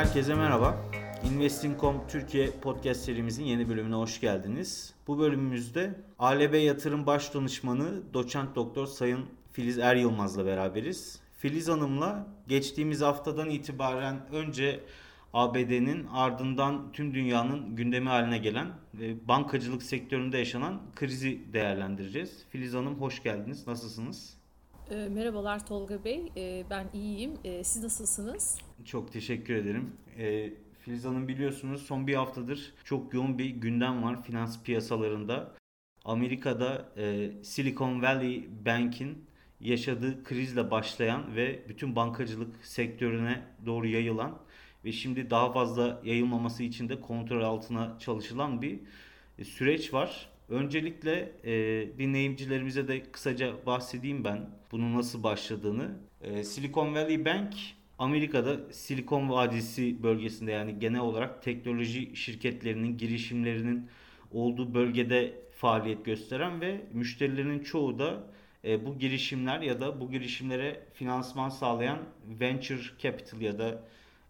Herkese merhaba. Investing.com Türkiye podcast serimizin yeni bölümüne hoş geldiniz. Bu bölümümüzde ALB Yatırım Baş Danışmanı Doçent Doktor Sayın Filiz Er Yılmaz'la beraberiz. Filiz Hanım'la geçtiğimiz haftadan itibaren önce ABD'nin ardından tüm dünyanın gündemi haline gelen ve bankacılık sektöründe yaşanan krizi değerlendireceğiz. Filiz Hanım hoş geldiniz. Nasılsınız? Merhabalar Tolga Bey, ben iyiyim. Siz nasılsınız? Çok teşekkür ederim. Filiz Hanım biliyorsunuz son bir haftadır çok yoğun bir gündem var finans piyasalarında. Amerika'da Silicon Valley Bank'in yaşadığı krizle başlayan ve bütün bankacılık sektörüne doğru yayılan ve şimdi daha fazla yayılmaması için de kontrol altına çalışılan bir süreç var. Öncelikle dinleyicilerimize de kısaca bahsedeyim ben bunun nasıl başladığını. Silicon Valley Bank Amerika'da Silikon Vadisi bölgesinde, yani genel olarak teknoloji şirketlerinin, girişimlerinin olduğu bölgede faaliyet gösteren ve müşterilerinin çoğu da bu girişimler ya da bu girişimlere finansman sağlayan venture capital ya da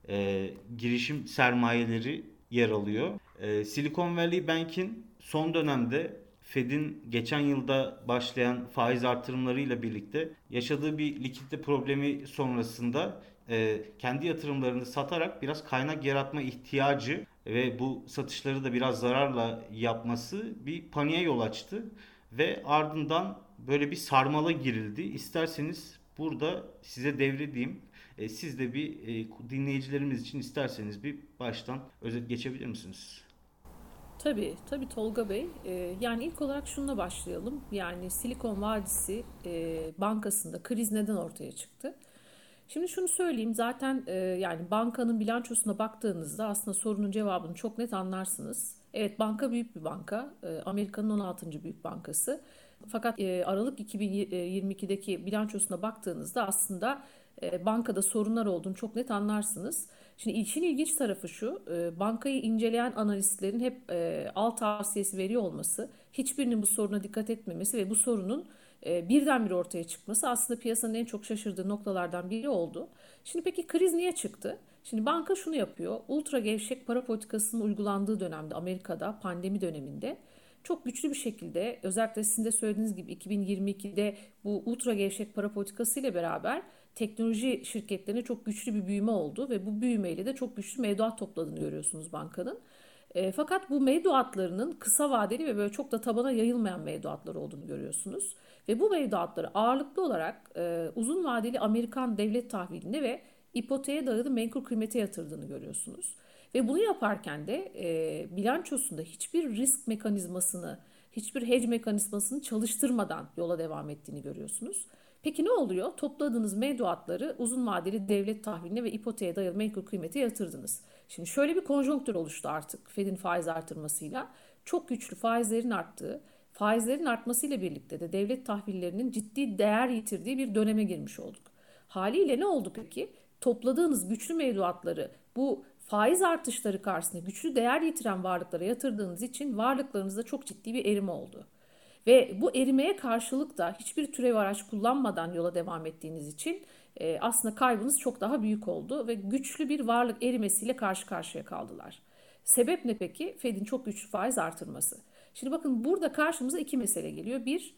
girişim sermayeleri yer alıyor. Silicon Valley Bank'in son dönemde Fed'in geçen yılda başlayan faiz artırımlarıyla birlikte yaşadığı bir likidite problemi sonrasında kendi yatırımlarını satarak biraz kaynak yaratma ihtiyacı ve bu satışları da biraz zararla yapması bir paniğe yol açtı ve ardından böyle bir sarmala girildi. İsterseniz burada size devredeyim. Siz de bir dinleyicilerimiz için isterseniz bir baştan özet geçebilir misiniz? Tabii Tolga Bey. Yani ilk olarak şununla başlayalım. Yani Silikon Vadisi Bankası'nda kriz neden ortaya çıktı? Şimdi şunu söyleyeyim. Zaten yani bankanın bilançosuna baktığınızda aslında sorunun cevabını çok net anlarsınız. Evet, banka büyük bir banka. Amerika'nın 16. büyük bankası. Fakat Aralık 2022'deki bilançosuna baktığınızda aslında bankada sorunlar olduğunu çok net anlarsınız. Şimdi işin ilginç tarafı şu, bankayı inceleyen analistlerin hep alt tavsiyesi veriyor olması, hiçbirinin bu soruna dikkat etmemesi ve bu sorunun birdenbire ortaya çıkması aslında piyasanın en çok şaşırdığı noktalardan biri oldu. Şimdi peki kriz niye çıktı? Şimdi banka şunu yapıyor, ultra gevşek para politikasının uygulandığı dönemde, Amerika'da pandemi döneminde çok güçlü bir şekilde, özellikle sizin de söylediğiniz gibi 2022'de bu ultra gevşek para politikası ile beraber teknoloji şirketlerine çok güçlü bir büyüme oldu ve bu büyümeyle de çok güçlü mevduat topladığını görüyorsunuz bankanın. Fakat bu mevduatlarının kısa vadeli ve böyle çok da tabana yayılmayan mevduatlar olduğunu görüyorsunuz. Ve bu mevduatları ağırlıklı olarak uzun vadeli Amerikan devlet tahviline ve ipoteğe dayalı menkul kıymete yatırdığını görüyorsunuz. Ve bunu yaparken de bilançosunda hiçbir risk mekanizmasını, hiçbir hedge mekanizmasını çalıştırmadan yola devam ettiğini görüyorsunuz. Peki ne oluyor? Topladığınız mevduatları uzun vadeli devlet tahviline ve ipoteğe dayalı menkul kıymete yatırdınız. Şimdi şöyle bir konjonktür oluştu artık Fed'in faiz artırmasıyla. Çok güçlü faizlerin arttığı, faizlerin artmasıyla birlikte de devlet tahvillerinin ciddi değer yitirdiği bir döneme girmiş olduk. Haliyle ne oldu peki? Topladığınız güçlü mevduatları bu faiz artışları karşısında güçlü değer yitiren varlıklara yatırdığınız için varlıklarınızda çok ciddi bir erime oldu. Ve bu erimeye karşılık da hiçbir türev araç kullanmadan yola devam ettiğiniz için aslında kaybınız çok daha büyük oldu ve güçlü bir varlık erimesiyle karşı karşıya kaldılar. Sebep ne peki? Fed'in çok güçlü faiz artırması. Şimdi bakın, burada karşımıza iki mesele geliyor. Bir,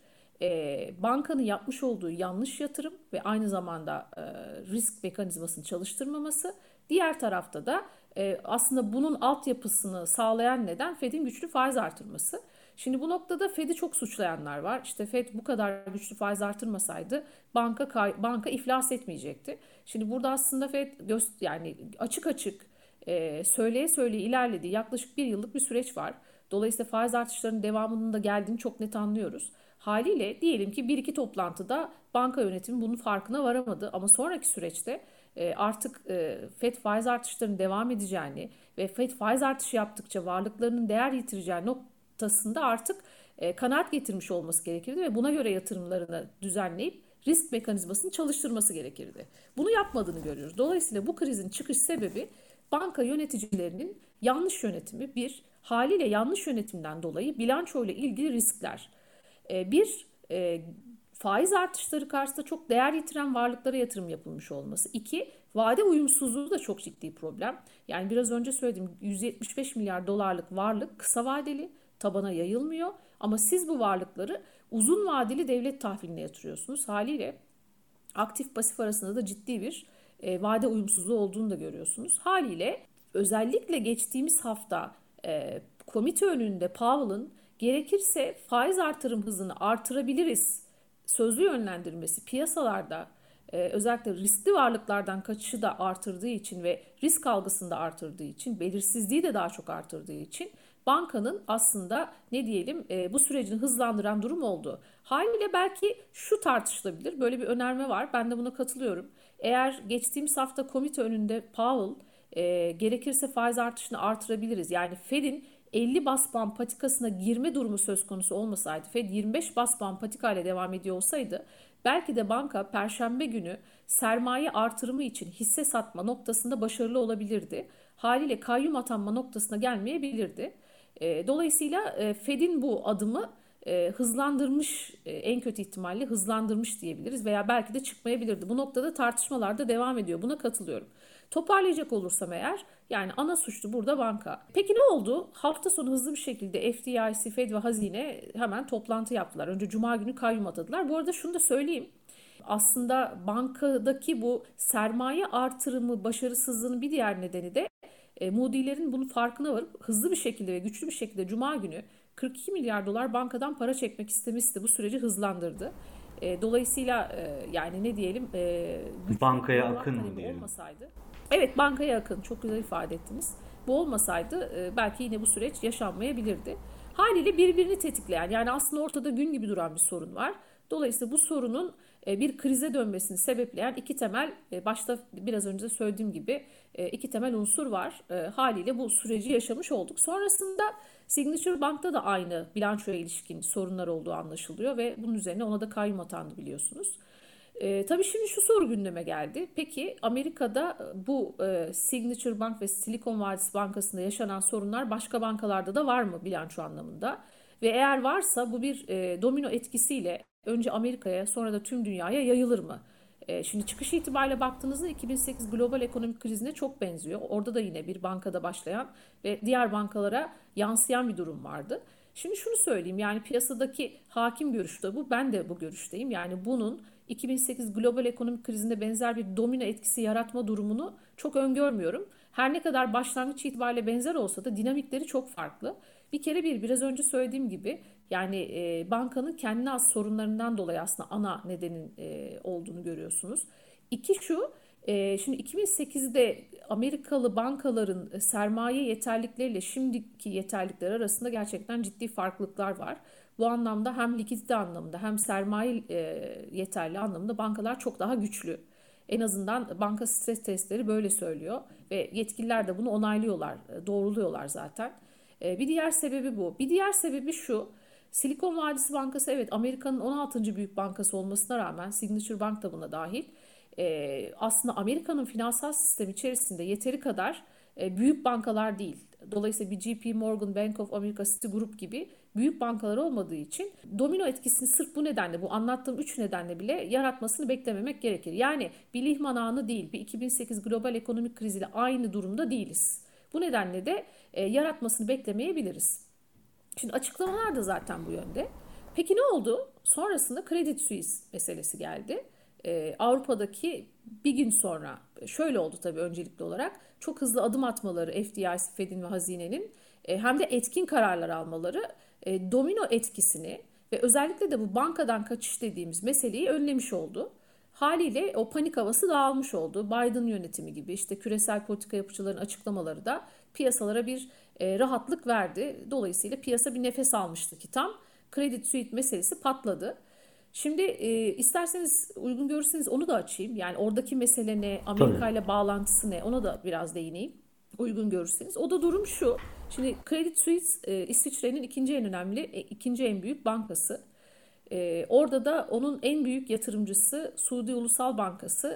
bankanın yapmış olduğu yanlış yatırım ve aynı zamanda risk mekanizmasını çalıştırmaması. Diğer tarafta da aslında bunun altyapısını sağlayan neden Fed'in güçlü faiz artırması. Şimdi bu noktada Fed'i çok suçlayanlar var. İşte Fed bu kadar güçlü faiz artırmasaydı banka iflas etmeyecekti. Şimdi burada aslında Fed yani açık açık söyleye söyleye ilerlediği yaklaşık bir yıllık bir süreç var. Dolayısıyla faiz artışlarının devamının da geldiğini çok net anlıyoruz. Haliyle diyelim ki bir iki toplantıda banka yönetimi bunun farkına varamadı ama sonraki süreçte artık Fed faiz artışlarının devam edeceğini ve Fed faiz artışı yaptıkça varlıklarının değer yitireceği noktasında artık kanaat getirmiş olması gerekirdi ve buna göre yatırımlarını düzenleyip risk mekanizmasını çalıştırması gerekirdi. Bunu yapmadığını görüyoruz. Dolayısıyla bu krizin çıkış sebebi banka yöneticilerinin yanlış yönetimi. Bir, haliyle yanlış yönetimden dolayı bilançoyla ilgili riskler. Bir, faiz artışları karşısında çok değer yitiren varlıklara yatırım yapılmış olması. İki, Vade uyumsuzluğu da çok ciddi problem. Yani biraz önce söyledim, 175 milyar dolarlık varlık kısa vadeli, tabana yayılmıyor. Ama siz bu varlıkları uzun vadeli devlet tahviline yatırıyorsunuz. Haliyle aktif pasif arasında da ciddi bir vade uyumsuzluğu olduğunu da görüyorsunuz. Haliyle özellikle geçtiğimiz hafta komite önünde Powell'ın gerekirse faiz artırım hızını artırabiliriz sözlü yönlendirmesi piyasalarda özellikle riskli varlıklardan kaçışı da artırdığı için ve risk algısını da artırdığı için, belirsizliği de daha çok artırdığı için bankanın aslında ne diyelim bu sürecini hızlandıran durum oldu. Haliyle belki şu tartışılabilir. Böyle bir önerme var. Ben de buna katılıyorum. Eğer geçtiğimiz hafta komite önünde Powell gerekirse faiz artışını artırabiliriz. Yani Fed'in 50 bas puan patikasına girme durumu söz konusu olmasaydı, Fed 25 bas puan patika ile devam ediyor olsaydı, belki de banka Perşembe günü sermaye artırımı için hisse satma noktasında başarılı olabilirdi. Haliyle kayyum atanma noktasına gelmeyebilirdi. Dolayısıyla Fed'in bu adımı hızlandırmış, en kötü ihtimalle hızlandırmış diyebiliriz veya belki de çıkmayabilirdi. Bu noktada tartışmalar da devam ediyor. Buna katılıyorum. Toparlayacak olursam eğer, yani ana suçlu burada banka. Peki ne oldu? Hafta sonu hızlı bir şekilde FDIC, Fed ve Hazine hemen toplantı yaptılar. Önce Cuma günü kayyum atadılar. Bu arada şunu da söyleyeyim. Aslında bankadaki bu sermaye artırımı başarısızlığının bir diğer nedeni de Moody'lerin bunun farkına varıp hızlı bir şekilde ve güçlü bir şekilde Cuma günü 42 milyar dolar bankadan para çekmek istemesi de bu süreci hızlandırdı. Dolayısıyla yani ne diyelim güçlü Bankaya dolar akın mı talebi diyelim? olmasaydı. Evet, bankaya akın, çok güzel ifade ettiniz. Bu olmasaydı belki yine bu süreç yaşanmayabilirdi. Haliyle birbirini tetikleyen, yani aslında ortada gün gibi duran bir sorun var. Dolayısıyla bu sorunun bir krize dönmesini sebepleyen iki temel, başta biraz önce söylediğim gibi iki temel unsur var. Haliyle bu süreci yaşamış olduk. Sonrasında Signature Bank'ta da aynı bilançoya ilişkin sorunlar olduğu anlaşılıyor ve bunun üzerine ona da kayyum atandı biliyorsunuz. Tabii şimdi şu soru gündeme geldi. Peki Amerika'da bu Signature Bank ve Silikon Vadisi Bankası'nda yaşanan sorunlar başka bankalarda da var mı bilanço anlamında? Ve eğer varsa bu bir domino etkisiyle önce Amerika'ya sonra da tüm dünyaya yayılır mı? Şimdi çıkış itibariyle baktığınızda 2008 global ekonomik krizine çok benziyor. Orada da yine bir bankada başlayan ve diğer bankalara yansıyan bir durum vardı. Şimdi şunu söyleyeyim, yani piyasadaki hakim görüş de bu. Ben de bu görüşteyim. Yani bunun 2008 global ekonomik krizinde benzer bir domino etkisi yaratma durumunu çok öngörmüyorum. Her ne kadar başlangıç itibariyle benzer olsa da dinamikleri çok farklı. Bir kere biraz önce söylediğim gibi yani bankanın kendine has sorunlarından dolayı aslında ana nedenin olduğunu görüyorsunuz. İki şu, şimdi 2008'de Amerikalı bankaların sermaye yeterlikleriyle şimdiki yeterlikler arasında gerçekten ciddi farklılıklar var. Bu anlamda hem likidite anlamında hem sermaye yeterli anlamında bankalar çok daha güçlü. En azından banka stres testleri böyle söylüyor ve yetkililer de bunu onaylıyorlar, doğruluyorlar zaten. Bir diğer sebebi bu. Bir diğer sebebi şu. Silikon Vadisi Bankası, evet, Amerika'nın 16. büyük bankası olmasına rağmen Signature Bank da buna dahil. Aslında Amerika'nın finansal sistemi içerisinde yeteri kadar büyük bankalar değil. Dolayısıyla bir JP Morgan, Bank of America, Citigroup gibi büyük bankalar olmadığı için domino etkisini sırf bu nedenle, bu anlattığım 3 nedenle bile yaratmasını beklememek gerekir. Yani bir Lehman anı değil, bir 2008 global ekonomik kriziyle aynı durumda değiliz. Bu nedenle de yaratmasını beklemeyebiliriz. Şimdi açıklamalar da zaten bu yönde. Peki ne oldu? Sonrasında Credit Suisse meselesi geldi. Avrupa'daki bir gün sonra şöyle oldu tabii, öncelikli olarak çok hızlı adım atmaları FDIC, Fed'in ve Hazine'nin hem de etkin kararlar almaları domino etkisini ve özellikle de bu bankadan kaçış dediğimiz meseleyi önlemiş oldu. Haliyle o panik havası dağılmış oldu. Biden yönetimi gibi işte küresel politika yapıcıların açıklamaları da piyasalara bir rahatlık verdi. Dolayısıyla piyasa bir nefes almıştı ki tam Credit Suisse meselesi patladı. Şimdi isterseniz uygun görürseniz onu da açayım. Yani oradaki mesele ne, Tabii. Amerika ile bağlantısı ne, ona da biraz değineyim. Uygun görürseniz. O da durum şu. Şimdi Credit Suisse İsviçre'nin ikinci en önemli, ikinci en büyük bankası. Orada da onun en büyük yatırımcısı Suudi Ulusal Bankası.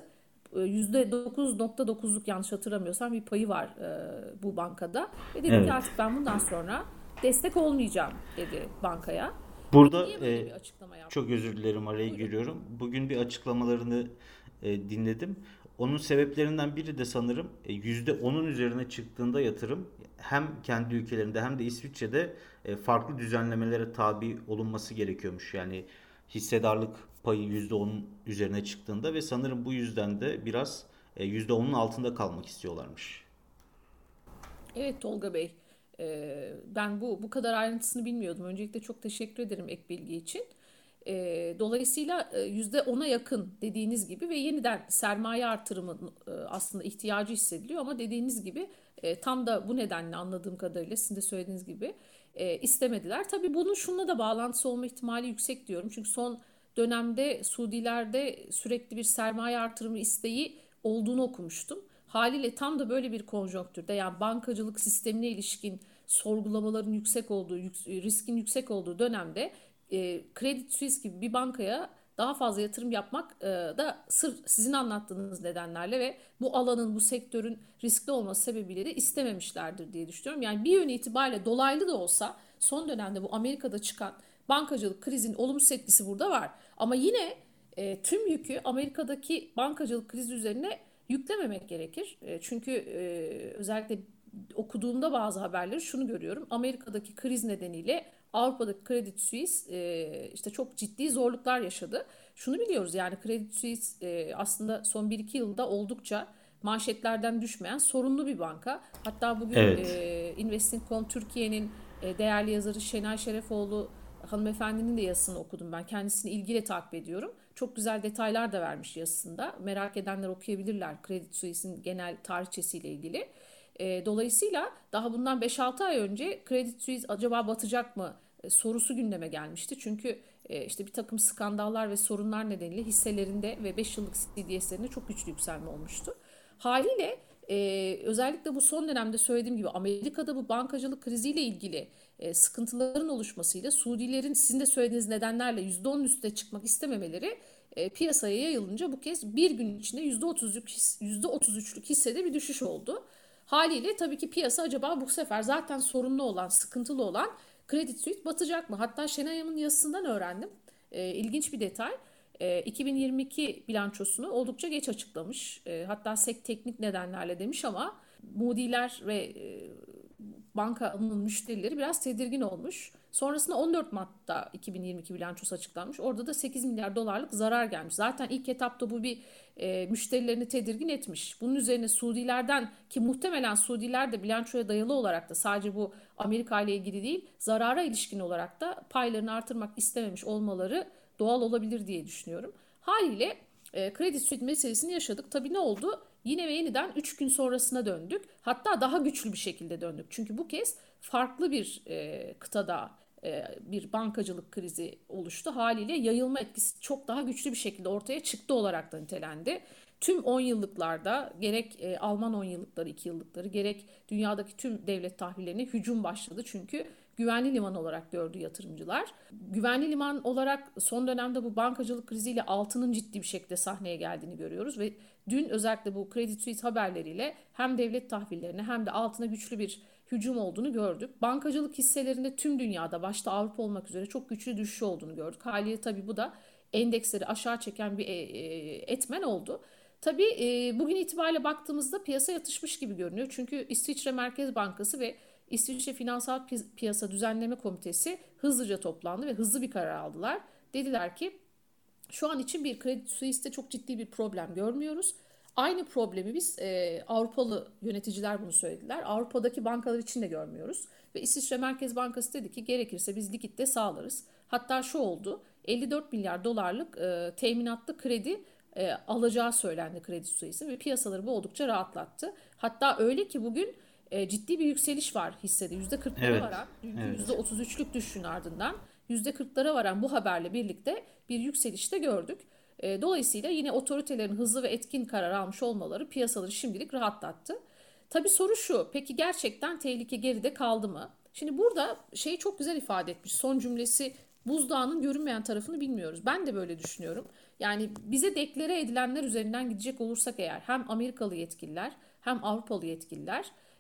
%9,9'luk, yanlış hatırlamıyorsam, bir payı var bu bankada. Ve dedi ki Evet. artık ben bundan sonra destek olmayacağım dedi bankaya. Peki Burada niye böyle bir açıklama yaptı? çok özür dilerim, araya Buyurun. giriyorum. Bugün bir açıklamalarını dinledim. Onun sebeplerinden biri de sanırım %10'un üzerine çıktığında yatırım hem kendi ülkelerinde hem de İsviçre'de farklı düzenlemelere tabi olunması gerekiyormuş. Yani hissedarlık payı %10'un üzerine çıktığında ve sanırım bu yüzden de biraz %10'un altında kalmak istiyorlarmış. Evet Tolga Bey, ben bu kadar ayrıntısını bilmiyordum. Öncelikle çok teşekkür ederim ek bilgi için. Dolayısıyla %10'a yakın dediğiniz gibi ve yeniden sermaye artırımı aslında ihtiyacı hissediliyor ama dediğiniz gibi tam da bu nedenle anladığım kadarıyla sizin de söylediğiniz gibi istemediler. Tabii bunun şununla da bağlantısı olma ihtimali yüksek diyorum. Çünkü son dönemde Suudilerde sürekli bir sermaye artırımı isteği olduğunu okumuştum. Haliyle tam da böyle bir konjonktürde yani bankacılık sistemine ilişkin sorgulamaların yüksek olduğu, riskin yüksek olduğu dönemde Credit Suisse gibi bir bankaya daha fazla yatırım yapmak da sırf sizin anlattığınız nedenlerle ve bu alanın, bu sektörün riskli olması sebebiyle de istememişlerdir diye düşünüyorum. Yani bir yön itibariyle dolaylı da olsa son dönemde bu Amerika'da çıkan bankacılık krizinin olumsuz etkisi burada var. Ama yine tüm yükü Amerika'daki bankacılık krizi üzerine yüklememek gerekir. Çünkü özellikle okuduğumda bazı haberleri şunu görüyorum. Amerika'daki kriz nedeniyle Avrupa'daki Credit Suisse işte çok ciddi zorluklar yaşadı. Şunu biliyoruz yani Credit Suisse aslında son 1-2 yılda oldukça manşetlerden düşmeyen sorunlu bir banka. Hatta bugün Evet. Investing.com Türkiye'nin değerli yazarı Şenay Şerefoğlu hanımefendinin de yazısını okudum ben. Kendisini ilgiyle takip ediyorum. Çok güzel detaylar da vermiş yazısında. Merak edenler okuyabilirler Credit Suisse'in genel tarihçesiyle ilgili. Dolayısıyla daha bundan 5-6 ay önce Credit Suisse acaba batacak mı sorusu gündeme gelmişti. Çünkü işte bir takım skandallar ve sorunlar nedeniyle hisselerinde ve 5 yıllık CDS'lerinde çok güçlü yükselme olmuştu. Haliyle özellikle bu son dönemde söylediğim gibi Amerika'da bu bankacılık kriziyle ilgili sıkıntıların oluşmasıyla Suudilerin sizin de söylediğiniz nedenlerle %10'un üstüne çıkmak istememeleri piyasaya yayılınca bu kez bir gün içinde %33'lük hissede bir düşüş oldu. Haliyle tabii ki piyasa acaba bu sefer zaten sorunlu olan, sıkıntılı olan Credit Suisse batacak mı? Hatta Şenay Hanım'ın yazısından öğrendim. İlginç bir detay. 2022 bilançosunu oldukça geç açıklamış. Hatta teknik nedenlerle demiş ama Moody'ler ve bankanın müşterileri biraz tedirgin olmuş. Sonrasında 14 Mart'ta 2022 bilançosu açıklanmış. Orada da 8 milyar dolarlık zarar gelmiş. Zaten ilk etapta bu bir müşterilerini tedirgin etmiş. Bunun üzerine Suudilerden ki muhtemelen Suudiler de bilançoya dayalı olarak da sadece bu Amerika ile ilgili değil zarara ilişkin olarak da paylarını artırmak istememiş olmaları doğal olabilir diye düşünüyorum. Haliyle Credit Suisse meselesini yaşadık. Tabii ne oldu? Yine ve yeniden 3 gün sonrasına döndük. Hatta daha güçlü bir şekilde döndük. Çünkü bu kez farklı bir kıtada bir bankacılık krizi oluştu. Haliyle yayılma etkisi çok daha güçlü bir şekilde ortaya çıktı olarak da nitelendi. Tüm 10 yıllıklarda gerek Alman 10 yıllıkları 2 yıllıkları gerek dünyadaki tüm devlet tahvillerine hücum başladı. Çünkü güvenli liman olarak gördü yatırımcılar. Güvenli liman olarak son dönemde bu bankacılık kriziyle altının ciddi bir şekilde sahneye geldiğini görüyoruz ve dün özellikle bu Credit Suisse haberleriyle hem devlet tahvillerine hem de altına güçlü bir hücum olduğunu gördük. Bankacılık hisselerinde tüm dünyada başta Avrupa olmak üzere çok güçlü düşüş olduğunu gördük. Haliyle tabii bu da endeksleri aşağı çeken bir etmen oldu. Tabii bugün itibariyle baktığımızda piyasa yatışmış gibi görünüyor. Çünkü İsviçre Merkez Bankası ve İsviçre Finansal Piyasa Düzenleme Komitesi hızlıca toplandı ve hızlı bir karar aldılar. Dediler ki şu an için bir Credit Suisse'te çok ciddi bir problem görmüyoruz. Aynı problemi biz Avrupalı yöneticiler bunu söylediler. Avrupa'daki bankalar için de görmüyoruz. Ve İsviçre Merkez Bankası dedi ki gerekirse biz likitte sağlarız. Hatta şu oldu 54 milyar dolarlık teminatlı kredi alacağı söylendi Credit Suisse'in ve piyasaları bu oldukça rahatlattı. Hatta öyle ki bugün ciddi bir yükseliş var hissede. %40'lara Evet. varan, dünkü Evet. %33'lük düşüşün ardından %40'lara varan bu haberle birlikte bir yükseliş de gördük. Dolayısıyla yine otoritelerin hızlı ve etkin karar almış olmaları piyasaları şimdilik rahatlattı. Tabii soru şu, peki gerçekten tehlike geride kaldı mı? Şimdi burada şeyi çok güzel ifade etmiş. Son cümlesi buzdağının görünmeyen tarafını bilmiyoruz. Ben de böyle düşünüyorum. Yani bize deklare edilenler üzerinden gidecek olursak eğer hem Amerikalı yetkililer hem Avrupalı yetkililer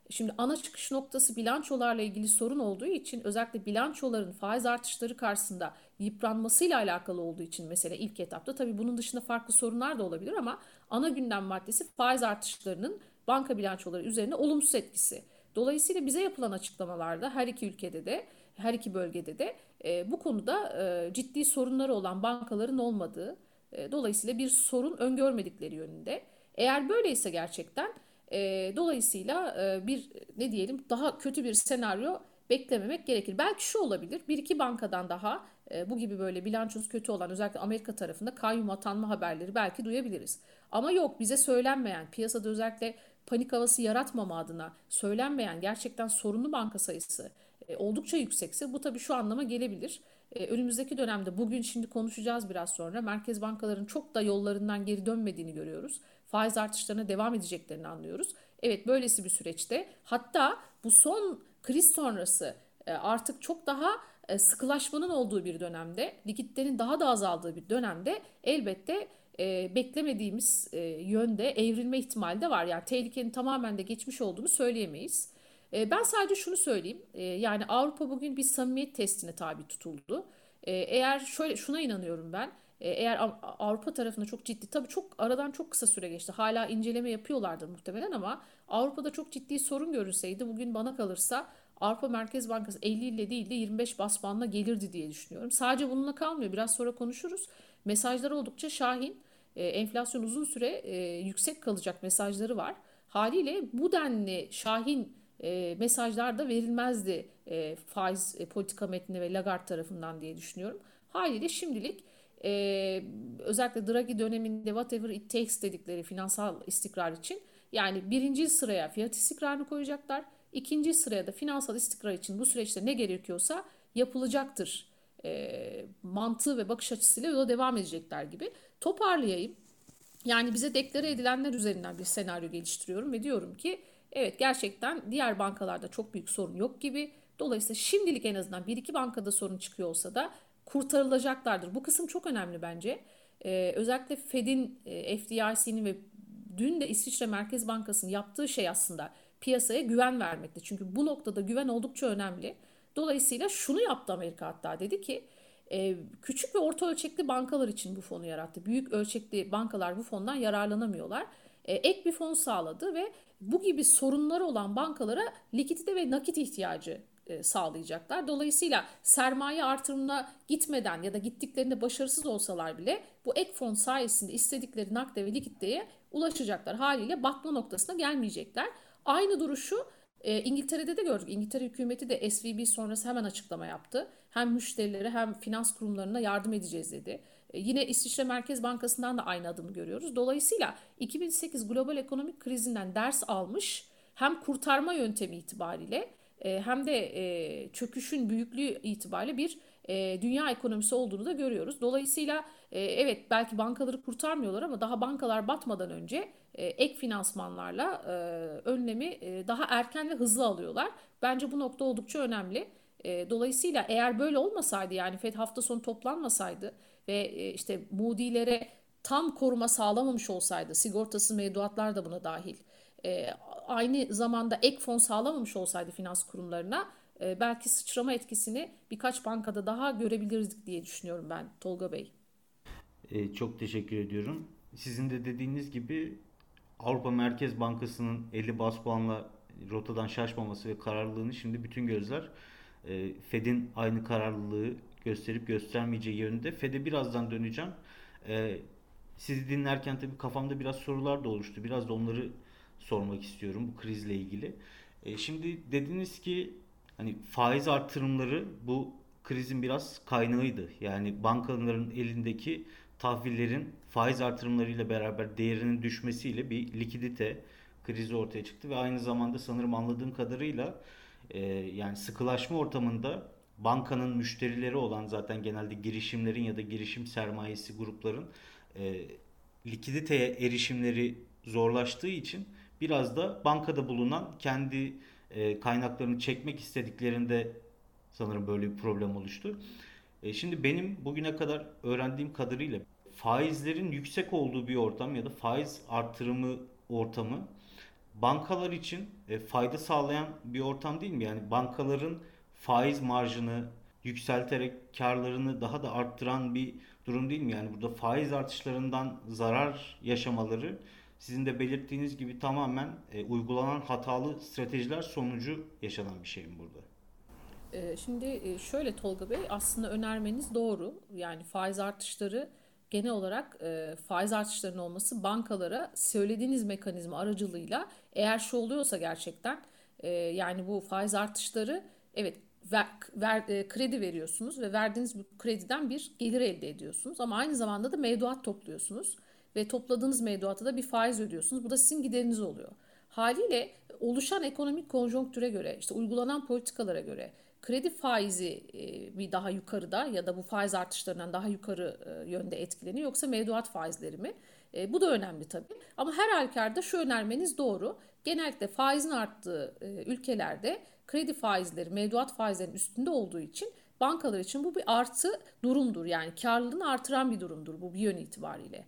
Şimdi ana çıkış noktası bilançolarla ilgili sorun olduğu için, özellikle bilançoların faiz artışları karşısında yıpranmasıyla alakalı olduğu için mesela ilk etapta, tabii bunun dışında farklı sorunlar da olabilir ama ana gündem maddesi faiz artışlarının banka bilançoları üzerine olumsuz etkisi. Dolayısıyla bize yapılan açıklamalarda her iki ülkede de, her iki bölgede de bu konuda ciddi sorunları olan bankaların olmadığı, dolayısıyla bir sorun öngörmedikleri yönünde. Eğer böyleyse gerçekten, dolayısıyla bir, ne diyelim, daha kötü bir senaryo beklememek gerekir. Belki şu olabilir: bir iki bankadan daha bu gibi böyle bilançosu kötü olan, özellikle Amerika tarafında kayyum atanma haberleri belki duyabiliriz. Ama yok, bize söylenmeyen, piyasada özellikle panik havası yaratmama adına söylenmeyen gerçekten sorunlu banka sayısı oldukça yüksekse, bu tabii şu anlama gelebilir: önümüzdeki dönemde, bugün şimdi konuşacağız biraz sonra, merkez bankaların çok da yollarından geri dönmediğini görüyoruz. Faiz artışlarına devam edeceklerini anlıyoruz. Evet, böylesi bir süreçte, hatta bu son kriz sonrası artık çok daha sıkılaşmanın olduğu bir dönemde, likiditenin daha da azaldığı bir dönemde elbette beklemediğimiz yönde evrilme ihtimali de var. Yani tehlikenin tamamen de geçmiş olduğunu söyleyemeyiz. Ben sadece şunu söyleyeyim. Yani Avrupa bugün bir samimiyet testine tabi tutuldu. Eğer şöyle, şuna inanıyorum ben: eğer Avrupa tarafında çok ciddi, tabii çok aradan çok kısa süre geçti, hala inceleme yapıyorlardır muhtemelen, ama Avrupa'da çok ciddi sorun görülseydi, bugün bana kalırsa Avrupa Merkez Bankası 50 ile değil de 25 bas puanla gelirdi diye düşünüyorum. Sadece bununla kalmıyor. Biraz sonra konuşuruz. Mesajları oldukça şahin. Enflasyon uzun süre yüksek kalacak mesajları var. Haliyle bu denli şahin mesajlar da verilmezdi faiz politika metni ve Lagarde tarafından diye düşünüyorum. Haliyle şimdilik özellikle Draghi döneminde whatever it takes dedikleri finansal istikrar için, yani birinci sıraya fiyat istikrarını koyacaklar. İkinci sıraya da finansal istikrar için bu süreçte ne gerekiyorsa yapılacaktır mantığı ve bakış açısıyla yola devam edecekler gibi. Toparlayayım. Yani bize deklare edilenler üzerinden bir senaryo geliştiriyorum ve diyorum ki evet, gerçekten diğer bankalarda çok büyük sorun yok gibi. Dolayısıyla şimdilik en azından bir iki bankada sorun çıkıyor olsa da kurtarılacaklardır. Bu kısım çok önemli bence. Özellikle Fed'in, FDIC'nin ve dün de İsviçre Merkez Bankası'nın yaptığı şey aslında piyasaya güven vermekti. Çünkü bu noktada güven oldukça önemli. Dolayısıyla şunu yaptı Amerika: hatta dedi ki küçük ve orta ölçekli bankalar için bu fonu yarattı. Büyük ölçekli bankalar bu fondan yararlanamıyorlar. Ek bir fon sağladı ve bu gibi sorunları olan bankalara likidite ve nakit ihtiyacı sağlayacaklar. Dolayısıyla sermaye artırımına gitmeden ya da gittiklerinde başarısız olsalar bile bu ek fon sayesinde istedikleri nakde ve likiditeye ulaşacaklar. Haliyle batma noktasına gelmeyecekler. Aynı duruşu İngiltere'de de gördük. İngiltere hükümeti de SVB sonrası hemen açıklama yaptı. Hem müşterilere hem finans kurumlarına yardım edeceğiz dedi. Yine İsviçre Merkez Bankası'ndan da aynı adımı görüyoruz. Dolayısıyla 2008 global ekonomik krizinden ders almış, hem kurtarma yöntemi itibariyle hem de çöküşün büyüklüğü itibariyle bir dünya ekonomisi olduğunu da görüyoruz. Dolayısıyla evet, belki bankaları kurtarmıyorlar ama daha bankalar batmadan önce ek finansmanlarla önlemi daha erken ve hızlı alıyorlar. Bence bu nokta oldukça önemli. Dolayısıyla eğer böyle olmasaydı, yani Fed hafta sonu toplanmasaydı ve işte Moody'lere tam koruma sağlamamış olsaydı, sigortası mevduatlar da buna dahil, e, aynı zamanda ek fon sağlamamış olsaydı finans kurumlarına, belki sıçrama etkisini birkaç bankada daha görebilirdik diye düşünüyorum ben, Tolga Bey. Çok teşekkür ediyorum. Sizin de dediğiniz gibi Avrupa Merkez Bankası'nın 50 bas puanla rotadan şaşmaması ve kararlılığını şimdi bütün gözler Fed'in aynı kararlılığı gösterip göstermeyeceği yönünde. Fed'e birazdan döneceğim. E, Sizi dinlerken tabii kafamda biraz sorular da oluştu. Biraz da onları sormak istiyorum bu krizle ilgili. Şimdi dediniz ki hani faiz artırımları bu krizin biraz kaynağıydı. Yani bankaların elindeki tahvillerin faiz artırımlarıyla beraber değerinin düşmesiyle bir likidite krizi ortaya çıktı ve aynı zamanda sanırım anladığım kadarıyla yani sıkılaşma ortamında bankanın müşterileri olan zaten genelde girişimlerin ya da girişim sermayesi grupların e, likiditeye erişimleri zorlaştığı için biraz da bankada bulunan kendi kaynaklarını çekmek istediklerinde sanırım böyle bir problem oluştu. Şimdi benim bugüne kadar öğrendiğim kadarıyla faizlerin yüksek olduğu bir ortam ya da faiz artırımı ortamı bankalar için fayda sağlayan bir ortam değil mi? Yani bankaların faiz marjını yükselterek karlarını daha da arttıran bir durum değil mi? Yani burada faiz artışlarından zarar yaşamaları sizin de belirttiğiniz gibi tamamen uygulanan hatalı stratejiler sonucu yaşanan bir şey mi burada? Şimdi şöyle Tolga Bey, aslında önermeniz doğru. Yani faiz artışları genel olarak, faiz artışlarının olması bankalara söylediğiniz mekanizma aracılığıyla, eğer şu oluyorsa gerçekten, yani bu faiz artışları, evet, kredi veriyorsunuz ve verdiğiniz bu krediden bir gelir elde ediyorsunuz ama aynı zamanda da mevduat topluyorsunuz ve topladığınız mevduata da bir faiz ödüyorsunuz. Bu da sizin gideriniz oluyor. Haliyle oluşan ekonomik konjonktüre göre, işte uygulanan politikalara göre kredi faizi bir daha yukarıda ya da bu faiz artışlarından daha yukarı yönde etkileniyor, yoksa mevduat faizleri mi? Bu da önemli tabii. Ama her halükarda şu önermeniz doğru. Genellikle faizin arttığı ülkelerde kredi faizleri mevduat faizlerinin üstünde olduğu için bankalar için bu bir artı durumdur. Yani karlılığını artıran bir durumdur bu bir yön itibariyle.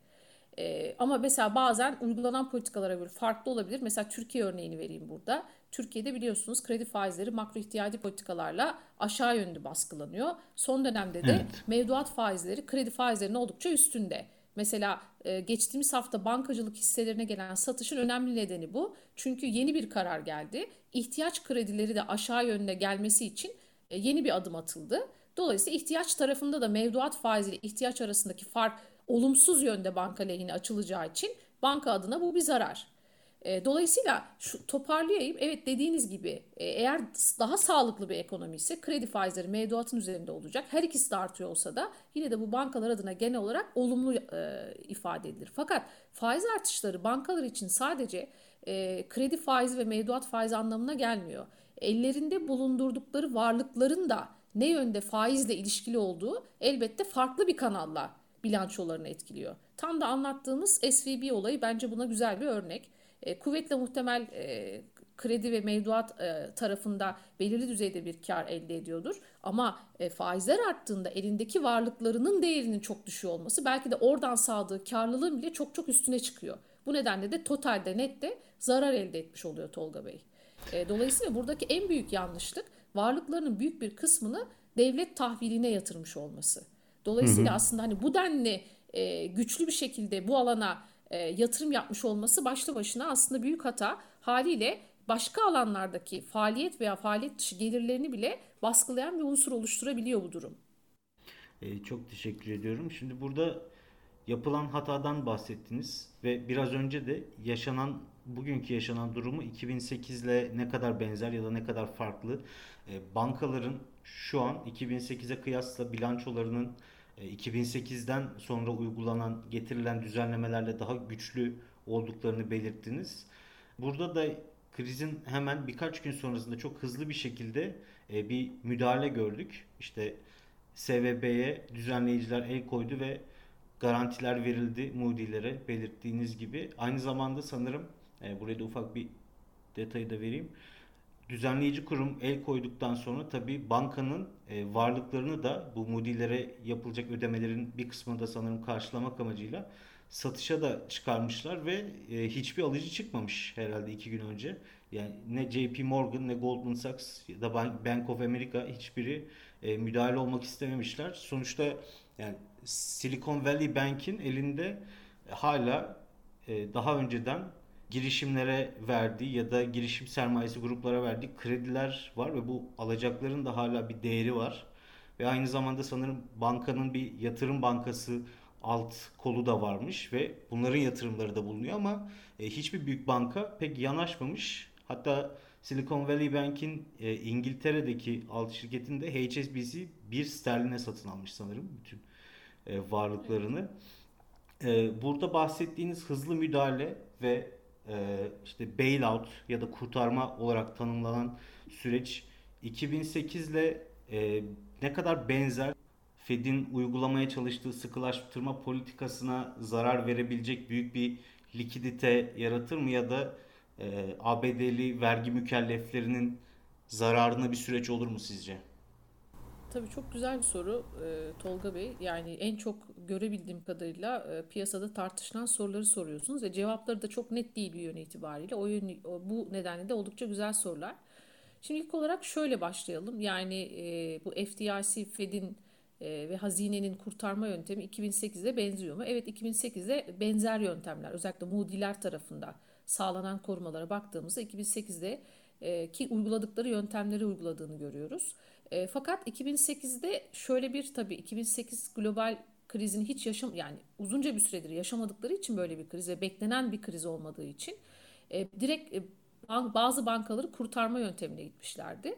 Ama mesela bazen uygulanan politikalara göre farklı olabilir. Mesela Türkiye örneğini vereyim burada. Türkiye'de biliyorsunuz kredi faizleri makro ihtiyati politikalarla aşağı yönlü baskılanıyor. Son dönemde de Evet. mevduat faizleri kredi faizlerinin oldukça üstünde. Mesela geçtiğimiz hafta bankacılık hisselerine gelen satışın önemli nedeni bu. Çünkü yeni bir karar geldi. İhtiyaç kredileri de aşağı yönde gelmesi için yeni bir adım atıldı. Dolayısıyla ihtiyaç tarafında da mevduat faizi ile ihtiyaç arasındaki fark olumsuz yönde banka lehine açılacağı için banka adına bu bir zarar. Dolayısıyla şu toparlayayım. Evet, dediğiniz gibi, eğer daha sağlıklı bir ekonomi ise kredi faizleri mevduatın üzerinde olacak. Her ikisi de artıyor olsa da yine de bu bankalar adına genel olarak olumlu ifade edilir. Fakat faiz artışları bankalar için sadece kredi faizi ve mevduat faizi anlamına gelmiyor. Ellerinde bulundurdukları varlıkların da ne yönde faizle ilişkili olduğu elbette farklı bir kanalla bilançolarını etkiliyor. Tam da anlattığımız SVB olayı bence buna güzel bir örnek. Kuvvetle muhtemel kredi ve mevduat tarafında belirli düzeyde bir kar elde ediyordur. Ama faizler arttığında elindeki varlıklarının değerinin çok düşüyor olması belki de oradan sağladığı karlılığın bile çok çok üstüne çıkıyor. Bu nedenle de totalde nette zarar elde etmiş oluyor Tolga Bey. Dolayısıyla buradaki en büyük yanlışlık varlıklarının büyük bir kısmını devlet tahviline yatırmış olması. Hı hı. Dolayısıyla aslında hani bu denli güçlü bir şekilde bu alana yatırım yapmış olması başlı başına aslında büyük hata. Haliyle başka alanlardaki faaliyet veya faaliyet dışı gelirlerini bile baskılayan bir unsur oluşturabiliyor bu durum. Çok teşekkür ediyorum. Şimdi burada yapılan hatadan bahsettiniz ve biraz önce de bugünkü yaşanan durumu 2008 ile ne kadar benzer ya da ne kadar farklı. Bankaların şu an 2008'e kıyasla bilançolarının 2008'den sonra getirilen düzenlemelerle daha güçlü olduklarını belirttiniz. Burada da krizin hemen birkaç gün sonrasında çok hızlı bir şekilde bir müdahale gördük. İşte SVB'ye düzenleyiciler el koydu ve garantiler verildi Moody'lere belirttiğiniz gibi. Aynı zamanda sanırım buraya da ufak bir detayı da vereyim. Düzenleyici kurum el koyduktan sonra tabii bankanın varlıklarını da bu Moody'lere yapılacak ödemelerin bir kısmını da sanırım karşılamak amacıyla satışa da çıkarmışlar ve hiçbir alıcı çıkmamış herhalde 2 gün önce. Yani ne JP Morgan ne Goldman Sachs ya da Bank of America hiçbiri müdahale olmak istememişler. Sonuçta yani Silicon Valley Bank'in elinde hala daha önceden girişimlere verdiği ya da girişim sermayesi gruplara verdiği krediler var ve bu alacakların da hala bir değeri var. Ve aynı zamanda sanırım bankanın bir yatırım bankası alt kolu da varmış ve bunların yatırımları da bulunuyor ama hiçbir büyük banka pek yanaşmamış. Hatta Silicon Valley Bank'in İngiltere'deki alt şirketinde HSBC 1 sterline satın almış sanırım bütün Evet. varlıklarını. Burada bahsettiğiniz hızlı müdahale ve işte bailout ya da kurtarma olarak tanımlanan süreç 2008 ile ne kadar benzer Fed'in uygulamaya çalıştığı sıkılaştırma politikasına zarar verebilecek büyük bir likidite yaratır mı ya da ABD'li vergi mükelleflerinin zararına bir süreç olur mu sizce? Tabii çok güzel bir soru Tolga Bey. Yani en çok görebildiğim kadarıyla piyasada tartışılan soruları soruyorsunuz ve cevapları da çok net değil bir yönü itibariyle. Bu nedenle de oldukça güzel sorular. Şimdi ilk olarak şöyle başlayalım. Yani bu FDIC, Fed'in ve hazinenin kurtarma yöntemi 2008'de benziyor mu? Evet, 2008'de benzer yöntemler, özellikle Moody'ler tarafından sağlanan korumalara baktığımızda 2008'de ki uyguladıkları yöntemleri uyguladığını görüyoruz. Fakat 2008'de şöyle bir, tabii 2008 global krizini hiç yani uzunca bir süredir yaşamadıkları için, böyle bir kriz ve beklenen bir kriz olmadığı için direkt bazı bankaları kurtarma yöntemine gitmişlerdi.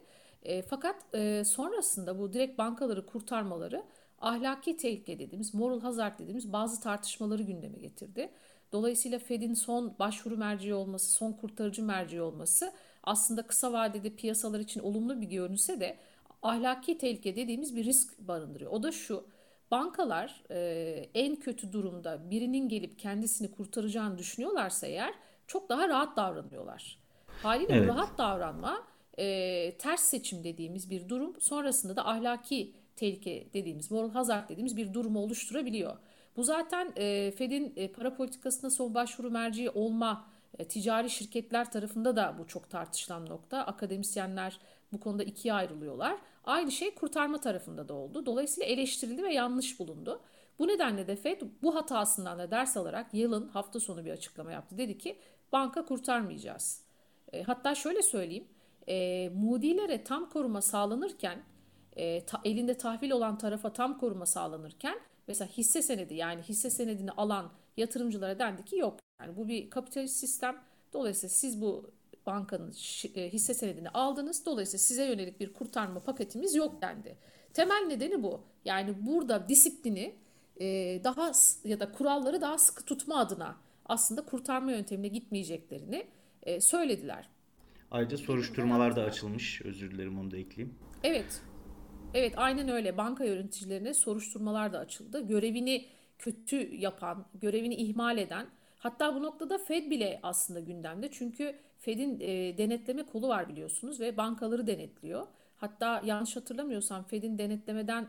Fakat sonrasında bu direkt bankaları kurtarmaları ahlaki tehlike dediğimiz, moral hazard dediğimiz bazı tartışmaları gündeme getirdi. Dolayısıyla Fed'in son başvuru merci olması, son kurtarıcı merci olması aslında kısa vadede piyasalar için olumlu bir görünse de ahlaki tehlike dediğimiz bir risk barındırıyor. O da şu: bankalar en kötü durumda birinin gelip kendisini kurtaracağını düşünüyorlarsa eğer çok daha rahat davranıyorlar. Haliyle bu Evet. rahat davranma ters seçim dediğimiz bir durum, sonrasında da ahlaki tehlike dediğimiz, moral hazard dediğimiz bir durumu oluşturabiliyor. Bu zaten Fed'in para politikasına son başvuru merci olma, ticari şirketler tarafında da bu çok tartışılan nokta. Akademisyenler bu konuda ikiye ayrılıyorlar. Aynı şey kurtarma tarafında da oldu. Dolayısıyla eleştirildi ve yanlış bulundu. Bu nedenle de Fed bu hatasından da ders alarak Yellen hafta sonu bir açıklama yaptı. Dedi ki banka kurtarmayacağız. Hatta şöyle söyleyeyim. Moody'lere tam koruma sağlanırken, elinde tahvil olan tarafa tam koruma sağlanırken, mesela hisse senedi, yani hisse senedini alan yatırımcılara dendi ki yok. Yani bu bir kapitalist sistem. Dolayısıyla siz bu bankanın hisse senedini aldınız. Dolayısıyla size yönelik bir kurtarma paketimiz yok dendi. Temel nedeni bu. Yani burada disiplini daha ya da kuralları daha sıkı tutma adına aslında kurtarma yöntemine gitmeyeceklerini söylediler. Ayrıca Bunu da soruşturmalar da yaptılar. açılmış. Özür dilerim, onu da ekleyeyim. Evet, evet, aynen öyle. Banka yöneticilerine soruşturmalar da açıldı. Görevini kötü yapan, görevini ihmal eden, hatta bu noktada Fed bile aslında gündemde. Çünkü Fed'in denetleme kolu var biliyorsunuz ve bankaları denetliyor. Hatta yanlış hatırlamıyorsam Fed'in denetlemeden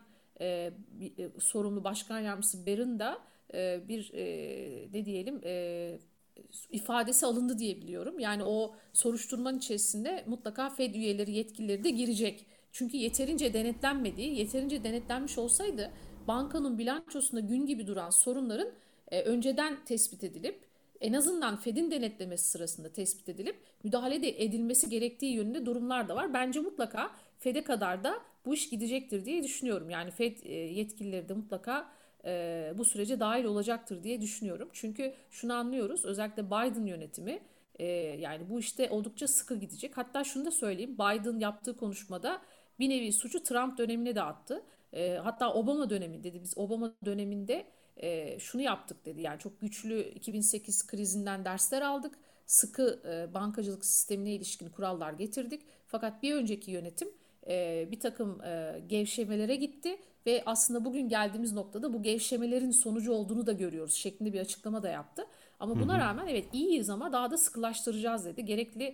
sorumlu başkan yardımcısı Barron da bir ne diyelim ifadesi alındı diye biliyorum. Yani o soruşturmanın içerisinde mutlaka Fed üyeleri, yetkilileri de girecek. Çünkü yeterince denetlenmediği, yeterince denetlenmiş olsaydı bankanın bilançosunda gün gibi duran sorunların önceden tespit edilip, en azından Fed'in denetlemesi sırasında tespit edilip müdahale edilmesi gerektiği yönünde durumlar da var. Bence mutlaka Fed'e kadar da bu iş gidecektir diye düşünüyorum. Yani Fed yetkilileri de mutlaka bu sürece dahil olacaktır diye düşünüyorum. Çünkü şunu anlıyoruz, özellikle Biden yönetimi yani bu işte oldukça sıkı gidecek. Hatta şunu da söyleyeyim, Biden yaptığı konuşmada bir nevi suçu Trump dönemine de attı. Hatta Obama dönemi dedi, biz Obama döneminde şunu yaptık dedi. Yani çok güçlü 2008 krizinden dersler aldık. Sıkı bankacılık sistemine ilişkin kurallar getirdik. Fakat bir önceki yönetim bir takım gevşemelere gitti ve aslında bugün geldiğimiz noktada bu gevşemelerin sonucu olduğunu da görüyoruz şeklinde bir açıklama da yaptı. Hı Ama buna hı. rağmen evet iyiyiz ama daha da sıkılaştıracağız dedi. Gerekli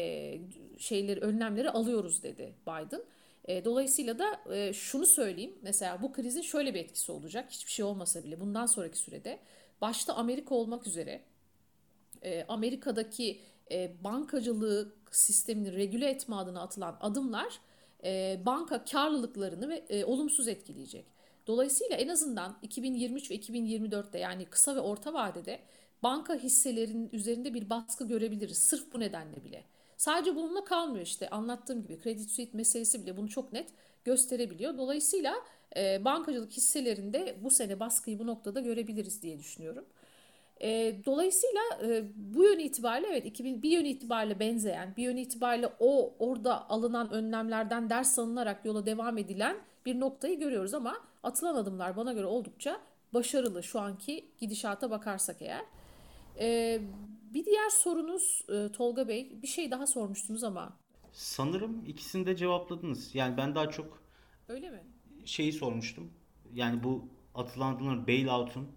önlemleri alıyoruz dedi Biden. Dolayısıyla da şunu söyleyeyim. Mesela bu krizin şöyle bir etkisi olacak. Hiçbir şey olmasa bile bundan sonraki sürede başta Amerika olmak üzere Amerika'daki bankacılığı sistemini regüle etme adına atılan adımlar banka karlılıklarını olumsuz etkileyecek. Dolayısıyla en azından 2023 ve 2024'te, yani kısa ve orta vadede banka hisselerinin üzerinde bir baskı görebiliriz. Sırf bu nedenle bile. Sadece bununla kalmıyor, işte anlattığım gibi Credit Suisse meselesi bile bunu çok net gösterebiliyor. Dolayısıyla bankacılık hisselerinde bu sene baskıyı bu noktada görebiliriz diye düşünüyorum. Dolayısıyla bu yön itibariyle evet, bir yön itibariyle benzeyen, bir yön itibariyle orada alınan önlemlerden ders alınarak yola devam edilen bir noktayı görüyoruz ama atılan adımlar bana göre oldukça başarılı şu anki gidişata bakarsak eğer. Ee, Bir diğer sorunuz Tolga Bey, bir şey daha sormuştunuz ama Sanırım ikisini de cevapladınız. Yani ben daha çok öyle mi? şeyi sormuştum. Yani bu atılan adımlar, bailout'un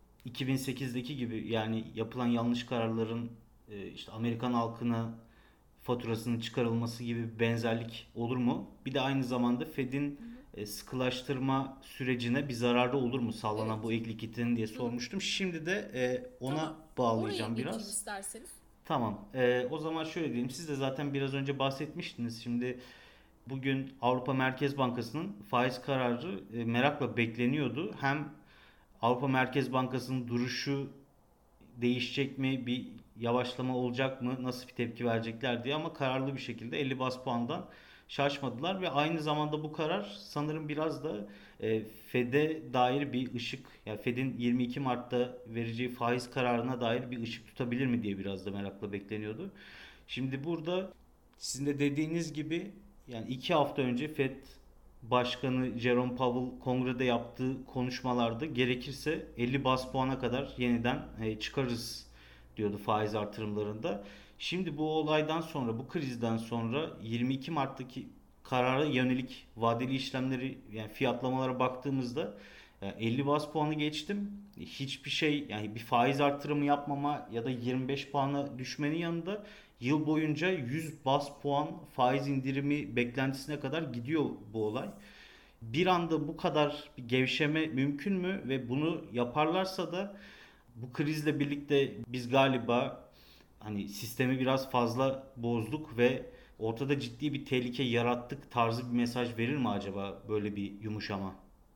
2008'deki gibi, yani yapılan yanlış kararların işte Amerikan halkına faturasının çıkarılması gibi bir benzerlik olur mu? Bir de aynı zamanda Fed'in Hı hı. sıkılaştırma sürecine bir zararı olur mu sağlanan bu Evet. ek likiditenin diye Hı hı. sormuştum. Şimdi de ona Tamam. Oraya bağlayacağım geçeyim biraz. isterseniz. Tamam. O zaman şöyle diyeyim. Siz de zaten biraz önce bahsetmiştiniz. Şimdi bugün Avrupa Merkez Bankası'nın faiz kararı merakla bekleniyordu. Hem Avrupa Merkez Bankası'nın duruşu değişecek mi, bir yavaşlama olacak mı, nasıl bir tepki verecekler diye, ama kararlı bir şekilde 50 bas puandan şaşmadılar ve aynı zamanda bu karar sanırım biraz da Fed'e dair bir ışık, yani Fed'in 22 Mart'ta vereceği faiz kararına dair bir ışık tutabilir mi diye biraz da merakla bekleniyordu. Şimdi burada sizin de dediğiniz gibi, yani 2 hafta önce Fed Başkanı Jerome Powell kongrede yaptığı konuşmalarda gerekirse 50 bas puana kadar yeniden çıkarız diyordu faiz artırımlarında. Şimdi bu olaydan sonra, bu krizden sonra 22 Mart'taki karara yönelik vadeli işlemleri, yani fiyatlamalara baktığımızda 50 bas puanı geçtim. Hiçbir şey, yani bir faiz artırımı yapmama ya da 25 puana düşmenin yanında yıl boyunca 100 bas puan faiz indirimi beklentisine kadar gidiyor bu olay. Bir anda bu kadar bir gevşeme mümkün mü ve bunu yaparlarsa da bu krizle birlikte biz galiba hani sistemi biraz fazla bozduk ve ortada ciddi bir tehlike yarattık tarzı bir mesaj verir mi acaba böyle bir yumuşama?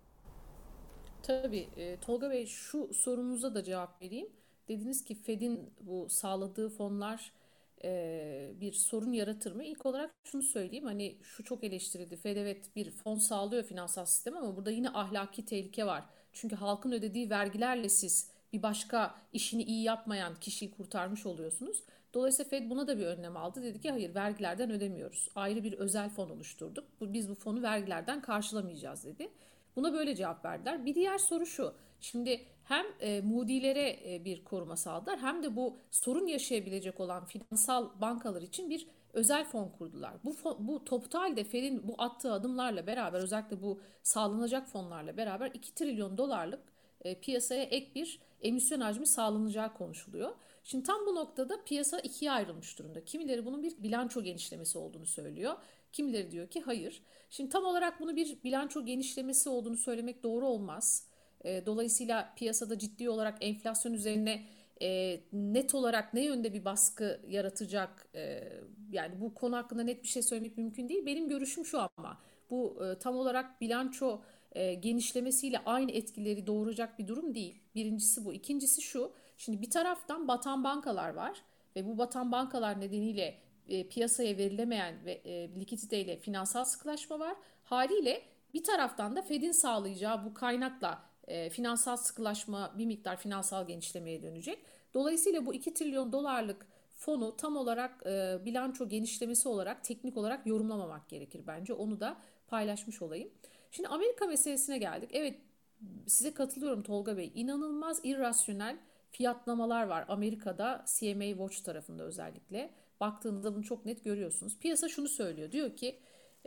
Tabii Tolga Bey, şu sorunuza da cevap vereyim. Dediniz ki Fed'in bu sağladığı fonlar bir sorun yaratır mı? İlk olarak şunu söyleyeyim. Hani şu çok eleştirildi. Fed evet bir fon sağlıyor finansal sisteme ama burada yine ahlaki tehlike var. Çünkü halkın ödediği vergilerle siz bir başka işini iyi yapmayan kişiyi kurtarmış oluyorsunuz. Dolayısıyla Fed buna da bir önlem aldı. Dedi ki hayır, vergilerden ödemiyoruz. Ayrı bir özel fon oluşturduk. Biz bu fonu vergilerden karşılamayacağız dedi. Buna böyle cevap verdiler. Bir diğer soru şu. Şimdi hem Moody'lere bir koruma sağladılar hem de bu sorun yaşayabilecek olan finansal bankalar için bir özel fon kurdular. Bu totalde Fed'in bu attığı adımlarla beraber, özellikle bu sağlanacak fonlarla beraber 2 trilyon dolarlık piyasaya ek bir emisyon hacmi sağlanacağı konuşuluyor. Şimdi tam bu noktada piyasa ikiye ayrılmış durumda. Kimileri bunun bir bilanço genişlemesi olduğunu söylüyor. Kimileri diyor ki hayır. Şimdi tam olarak bunu bir bilanço genişlemesi olduğunu söylemek doğru olmaz. Dolayısıyla piyasada ciddi olarak enflasyon üzerine net olarak ne yönde bir baskı yaratacak, yani bu konu hakkında net bir şey söylemek mümkün değil. Benim görüşüm şu, ama bu tam olarak bilanço genişlemesiyle aynı etkileri doğuracak bir durum değil. Birincisi bu. İkincisi şu. Şimdi bir taraftan batan bankalar var ve bu batan bankalar nedeniyle piyasaya verilemeyen ve likiditeyle finansal sıkılaşma var. Haliyle bir taraftan da Fed'in sağlayacağı bu kaynakla finansal sıkılaşma, bir miktar finansal genişlemeye dönecek. Dolayısıyla bu 2 trilyon dolarlık fonu tam olarak bilanço genişlemesi olarak teknik olarak yorumlamamak gerekir bence. Onu da paylaşmış olayım. Şimdi Amerika meselesine geldik. Evet, size katılıyorum Tolga Bey. İnanılmaz irrasyonel fiyatlamalar var Amerika'da, CMA Watch tarafında özellikle. Baktığınızda bunu çok net görüyorsunuz. Piyasa şunu söylüyor. Diyor ki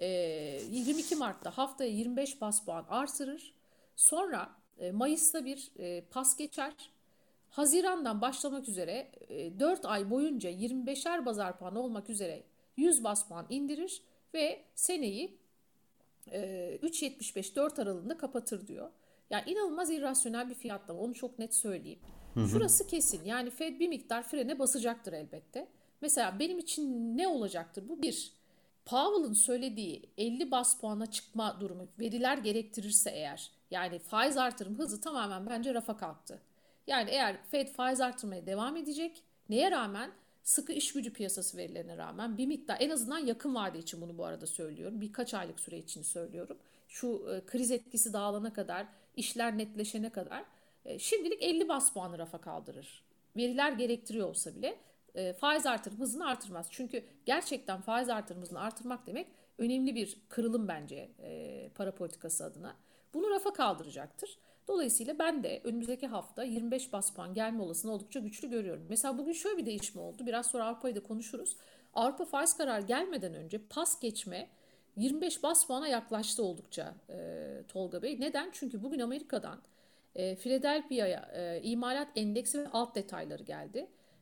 22 Mart'ta haftaya 25 bas puan artırır. Sonra Mayıs'ta bir pas geçer. Haziran'dan başlamak üzere 4 ay boyunca 25'er bazar puan olmak üzere 100 bas puan indirir ve seneyi 3.75-4 aralığında kapatır diyor. Yani inanılmaz irrasyonel bir fiyatlama. Onu çok net söyleyeyim. Hı hı. Şurası kesin. Yani Fed bir miktar frene basacaktır elbette. Mesela benim için ne olacaktır bu? Bir, Powell'ın söylediği 50 bas puana çıkma durumu veriler gerektirirse eğer, yani faiz artırım hızı tamamen bence rafa kalktı. Yani eğer Fed faiz artırmaya devam edecek, neye rağmen, sıkı iş gücü piyasası verilerine rağmen, bir miktar, en azından yakın vade için bunu bu arada söylüyorum. Birkaç aylık süre için söylüyorum. Şu kriz etkisi dağılana kadar, işler netleşene kadar şimdilik 50 bas puanı rafa kaldırır. Veriler gerektiriyor olsa bile faiz artırım hızını artırmaz. Çünkü gerçekten faiz artırım hızını artırmak demek önemli bir kırılım bence para politikası adına. Bunu rafa kaldıracaktır. Dolayısıyla ben de önümüzdeki hafta 25 bas puan gelme olasılığını oldukça güçlü görüyorum. Mesela bugün şöyle bir değişme oldu. Biraz sonra Avrupa'yı da konuşuruz. Avrupa faiz kararı gelmeden önce pas geçme 25 bas puana yaklaştı oldukça Tolga Bey. Neden? Çünkü bugün Amerika'dan Philadelphia'ya imalat endeksi ve alt detayları geldi.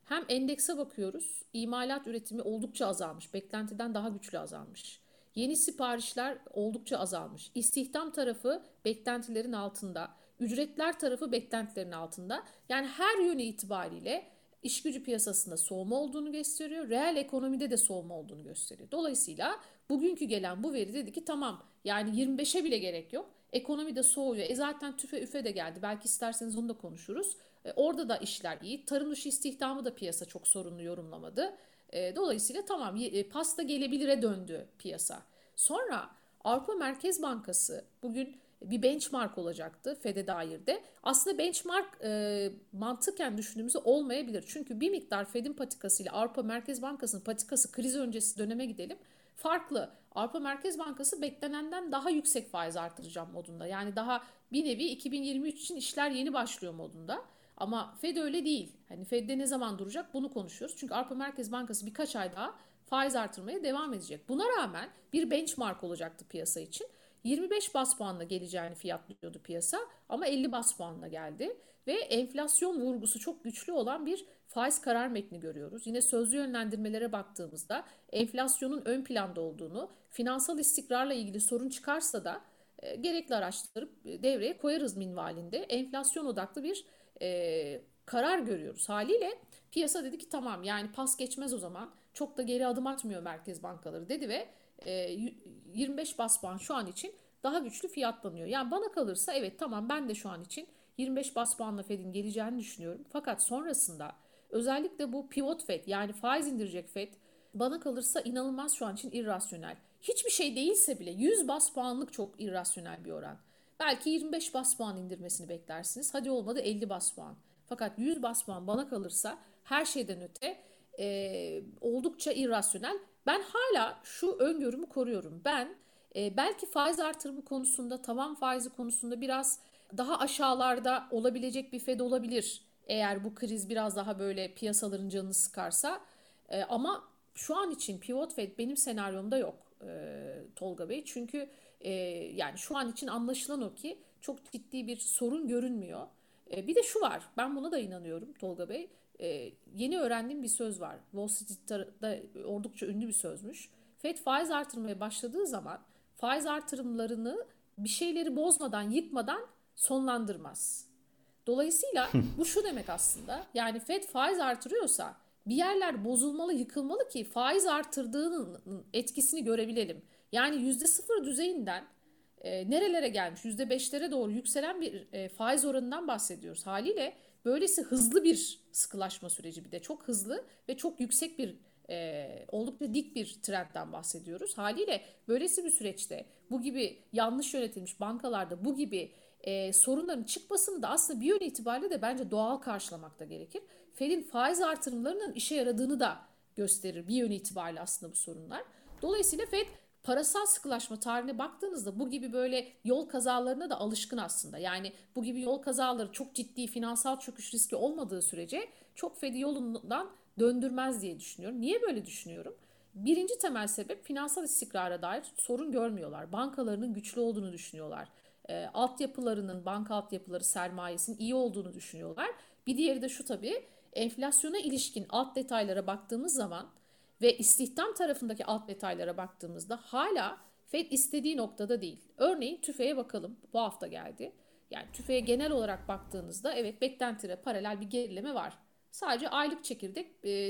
Hem endekse bakıyoruz. İmalat üretimi oldukça azalmış. Beklentiden daha güçlü azalmış. Yeni siparişler oldukça azalmış. İstihdam tarafı beklentilerin altında. Ücretler tarafı beklentilerin altında. Yani her yönü itibariyle iş gücü piyasasında soğuma olduğunu gösteriyor. Reel ekonomide de soğuma olduğunu gösteriyor. Dolayısıyla bugünkü gelen bu veri dedi ki tamam, yani 25'e bile gerek yok. Ekonomi de soğuyor. Zaten tüfe üfe de geldi. Belki isterseniz onu da konuşuruz. Orada da işler iyi. Tarım dışı istihdamı da piyasa çok sorunlu yorumlamadı. Dolayısıyla tamam, pasta gelebilire döndü piyasa. Sonra Avrupa Merkez Bankası bugün bir benchmark olacaktı FED'e dair de. Aslında benchmark mantıken düşündüğümüzde olmayabilir. Çünkü bir miktar FED'in patikası ile Avrupa Merkez Bankası'nın patikası, kriz öncesi döneme gidelim, farklı. Avrupa Merkez Bankası beklenenden daha yüksek faiz artıracağım modunda. Yani daha bir nevi 2023 için işler yeni başlıyor modunda. Ama Fed öyle değil. Hani Fed'de ne zaman duracak bunu konuşuyoruz. Çünkü Avrupa Merkez Bankası birkaç ay daha faiz artırmaya devam edecek. Buna rağmen bir benchmark olacaktı piyasa için. 25 bas puanla geleceğini fiyatlıyordu piyasa ama 50 bas puanla geldi. Ve enflasyon vurgusu çok güçlü olan bir faiz karar metni görüyoruz. Yine sözlü yönlendirmelere baktığımızda enflasyonun ön planda olduğunu, finansal istikrarla ilgili sorun çıkarsa da gerekli araçları devreye koyarız minvalinde enflasyon odaklı bir karar görüyoruz. Haliyle piyasa dedi ki tamam, yani pas geçmez o zaman. Çok da geri adım atmıyor merkez bankaları dedi ve 25 bas puan şu an için daha güçlü fiyatlanıyor. Yani bana kalırsa evet tamam, ben de şu an için 25 bas puanla Fed'in geleceğini düşünüyorum. Fakat sonrasında özellikle bu pivot Fed, yani faiz indirecek Fed, bana kalırsa inanılmaz şu an için irrasyonel. Hiçbir şey değilse bile 100 bas puanlık çok irrasyonel bir oran. Belki 25 bas puan indirmesini beklersiniz. Hadi olmadı 50 bas puan. Fakat 100 bas puan bana kalırsa her şeyden öte oldukça irrasyonel. Ben hala şu öngörümü koruyorum. Ben belki faiz artırımı konusunda, tavan faizi konusunda biraz daha aşağılarda olabilecek bir Fed olabilir. Eğer bu kriz biraz daha böyle piyasaların canını sıkarsa. Ama şu an için pivot Fed benim senaryomda yok Tolga Bey. Çünkü yani şu an için anlaşılan o ki çok ciddi bir sorun görünmüyor. Bir de şu var, ben buna da inanıyorum Tolga Bey. Yeni öğrendiğim bir söz var. Wall Street'te oldukça ünlü bir sözmüş. Fed faiz artırmaya başladığı zaman faiz artırımlarını bir şeyleri bozmadan, yıkmadan sonlandırmaz. Dolayısıyla bu şu demek aslında. Yani Fed faiz artırıyorsa bir yerler bozulmalı, yıkılmalı ki faiz artırdığının etkisini görebilelim. Yani %0 düzeyinden nerelere gelmiş? %5'lere doğru yükselen bir faiz oranından bahsediyoruz. Haliyle böylesi hızlı bir sıkılaşma süreci, bir de çok hızlı ve çok yüksek bir oldukça dik bir trendden bahsediyoruz. Haliyle böylesi bir süreçte bu gibi yanlış yönetilmiş bankalarda bu gibi sorunların çıkmasını da aslında bir yön itibariyle de bence doğal karşılamak da gerekir. Fed'in faiz artırımlarının işe yaradığını da gösterir bir yön itibariyle aslında bu sorunlar. Dolayısıyla Fed parasal sıkılaşma tarihine baktığınızda bu gibi böyle yol kazalarına da alışkın aslında. Yani bu gibi yol kazaları çok ciddi finansal çöküş riski olmadığı sürece çok Fed'i yolundan döndürmez diye düşünüyorum. Niye böyle düşünüyorum? Birinci temel sebep, finansal istikrara dair sorun görmüyorlar. Bankalarının güçlü olduğunu düşünüyorlar. Altyapılarının, banka altyapıları sermayesinin iyi olduğunu düşünüyorlar. Bir diğeri de şu tabii, enflasyona ilişkin alt detaylara baktığımız zaman ve istihdam tarafındaki alt detaylara baktığımızda hala Fed istediği noktada değil. Örneğin tüfeğe bakalım. Bu hafta geldi. Yani tüfeğe genel olarak baktığınızda evet beklentiye paralel bir gerileme var. Sadece aylık çekirdek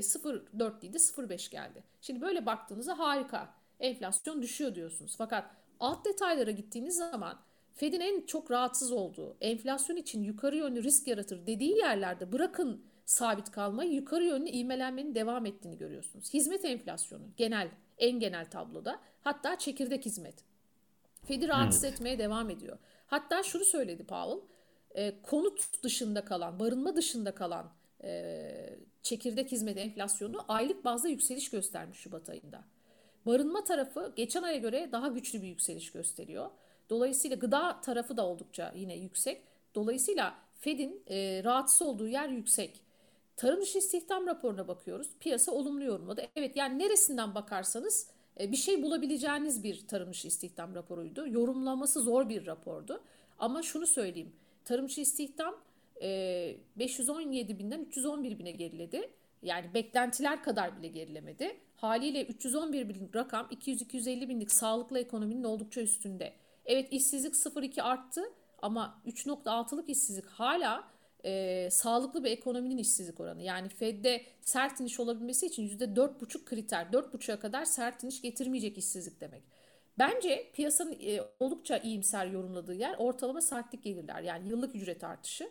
0,4 değil de 0,5 geldi. Şimdi böyle baktığınızda harika. Enflasyon düşüyor diyorsunuz. Fakat alt detaylara gittiğiniz zaman Fed'in en çok rahatsız olduğu, enflasyon için yukarı yönlü risk yaratır dediği yerlerde bırakın sabit kalmayı, yukarı yönlü ivmelenmenin devam ettiğini görüyorsunuz. Hizmet enflasyonu genel, en genel tabloda, hatta çekirdek hizmet Fed'i rahatsız Evet. etmeye devam ediyor. Hatta şunu söyledi Powell, konut dışında kalan, barınma dışında kalan çekirdek hizmet enflasyonu aylık bazda yükseliş göstermiş Şubat ayında. Barınma tarafı geçen aya göre daha güçlü bir yükseliş gösteriyor. Dolayısıyla gıda tarafı da oldukça yine yüksek. Dolayısıyla Fed'in rahatsız olduğu yer yüksek. Tarım dışı istihdam raporuna bakıyoruz. Piyasa olumlu yorumladı. Evet, yani neresinden bakarsanız bir şey bulabileceğiniz bir tarım dışı istihdam raporuydu. Yorumlaması zor bir rapordu. Ama şunu söyleyeyim. Tarım dışı istihdam 517 binden 311 bine geriledi. Yani beklentiler kadar bile gerilemedi. Haliyle 311 binlik rakam 200-250 binlik sağlıklı ekonominin oldukça üstünde. Evet, işsizlik 0,2 arttı ama 3,6'lık işsizlik hala sağlıklı bir ekonominin işsizlik oranı. Yani Fed'de sert iniş olabilmesi için %4,5 kriter, 4,5'a kadar sert iniş getirmeyecek işsizlik demek. Bence piyasanın oldukça iyimser yorumladığı yer ortalama saatlik gelirler. Yani yıllık ücret artışı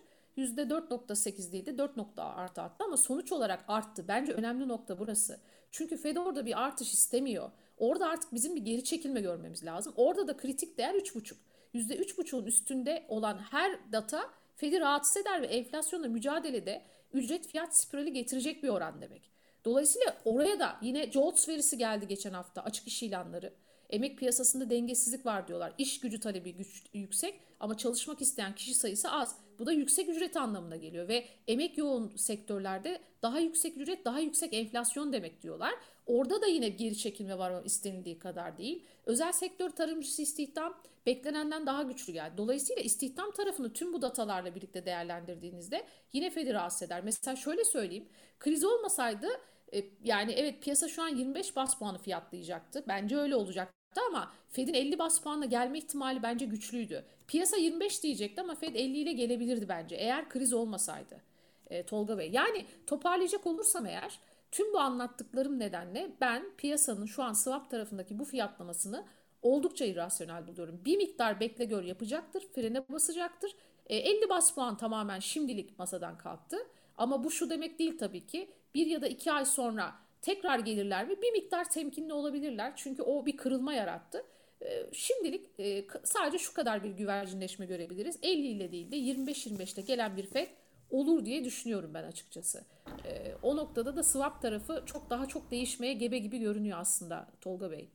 %4,8 değil de 4 nokta arttı ama sonuç olarak arttı. Bence önemli nokta burası. Çünkü Fed orada bir artış istemiyor. Orada artık bizim bir geri çekilme görmemiz lazım. Orada da kritik değer 3,5. %3,5'un üstünde olan her data Fed'i rahatsız eder ve enflasyonla mücadelede ücret fiyat spirali getirecek bir oran demek. Dolayısıyla oraya da yine JOLTS verisi geldi geçen hafta, açık iş ilanları. Emek piyasasında dengesizlik var diyorlar. İş gücü talebi yüksek ama çalışmak isteyen kişi sayısı az. Bu da yüksek ücret anlamına geliyor ve emek yoğun sektörlerde daha yüksek ücret, daha yüksek enflasyon demek diyorlar. Orada da yine geri çekilme var ama istenildiği kadar değil. Özel sektör tarımcısı istihdam beklenenden daha güçlü geldi. Dolayısıyla istihdam tarafını tüm bu datalarla birlikte değerlendirdiğinizde yine Fed'i rahatsız eder. Mesela şöyle söyleyeyim. Kriz olmasaydı yani evet, piyasa şu an 25 bas puanı fiyatlayacaktı. Bence öyle olacaktı ama Fed'in 50 bas puanla gelme ihtimali bence güçlüydü. Piyasa 25 diyecekti ama Fed 50 ile gelebilirdi bence eğer kriz olmasaydı. Tolga Bey. Yani toparlayacak olursam eğer, tüm bu anlattıklarım nedenle ben piyasanın şu an swap tarafındaki bu fiyatlamasını oldukça irrasyonel buluyorum. Bir miktar bekle gör yapacaktır, frene basacaktır. 50 bas puan tamamen şimdilik masadan kalktı. Ama bu şu demek değil tabii ki. 1 ya da 2 ay sonra tekrar gelirler mi? Bir miktar temkinli olabilirler. Çünkü o bir kırılma yarattı. Şimdilik sadece şu kadar bir güvercinleşme görebiliriz. 50 ile değil de 25-25'te gelen bir FED olur diye düşünüyorum ben açıkçası. O noktada da swap tarafı çok değişmeye gebe gibi görünüyor aslında Tolga Bey.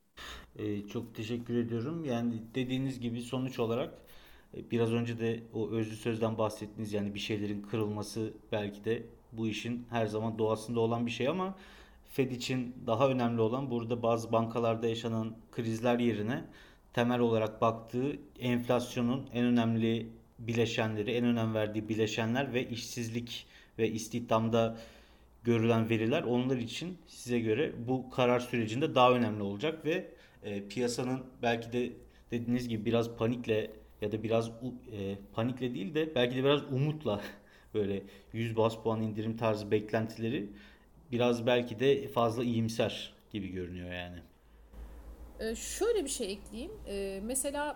Çok teşekkür ediyorum. Yani dediğiniz gibi sonuç olarak biraz önce de o özlü sözden bahsettiniz. Yani bir şeylerin kırılması belki de bu işin her zaman doğasında olan bir şey ama Fed için daha önemli olan burada bazı bankalarda yaşanan krizler yerine temel olarak baktığı enflasyonun en önemli bileşenleri, en önem verdiği bileşenler ve işsizlik ve istihdamda görülen veriler onlar için size göre bu karar sürecinde daha önemli olacak ve piyasanın belki de dediğiniz gibi biraz panikle ya da biraz panikle değil de belki de biraz umutla böyle 100 bas puan indirim tarzı beklentileri biraz belki de fazla iyimser gibi görünüyor yani. Şöyle bir şey ekleyeyim. Mesela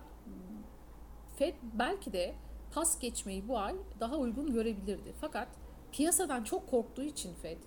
Fed belki de pas geçmeyi bu ay daha uygun görebilirdi. Fakat piyasadan çok korktuğu için Fed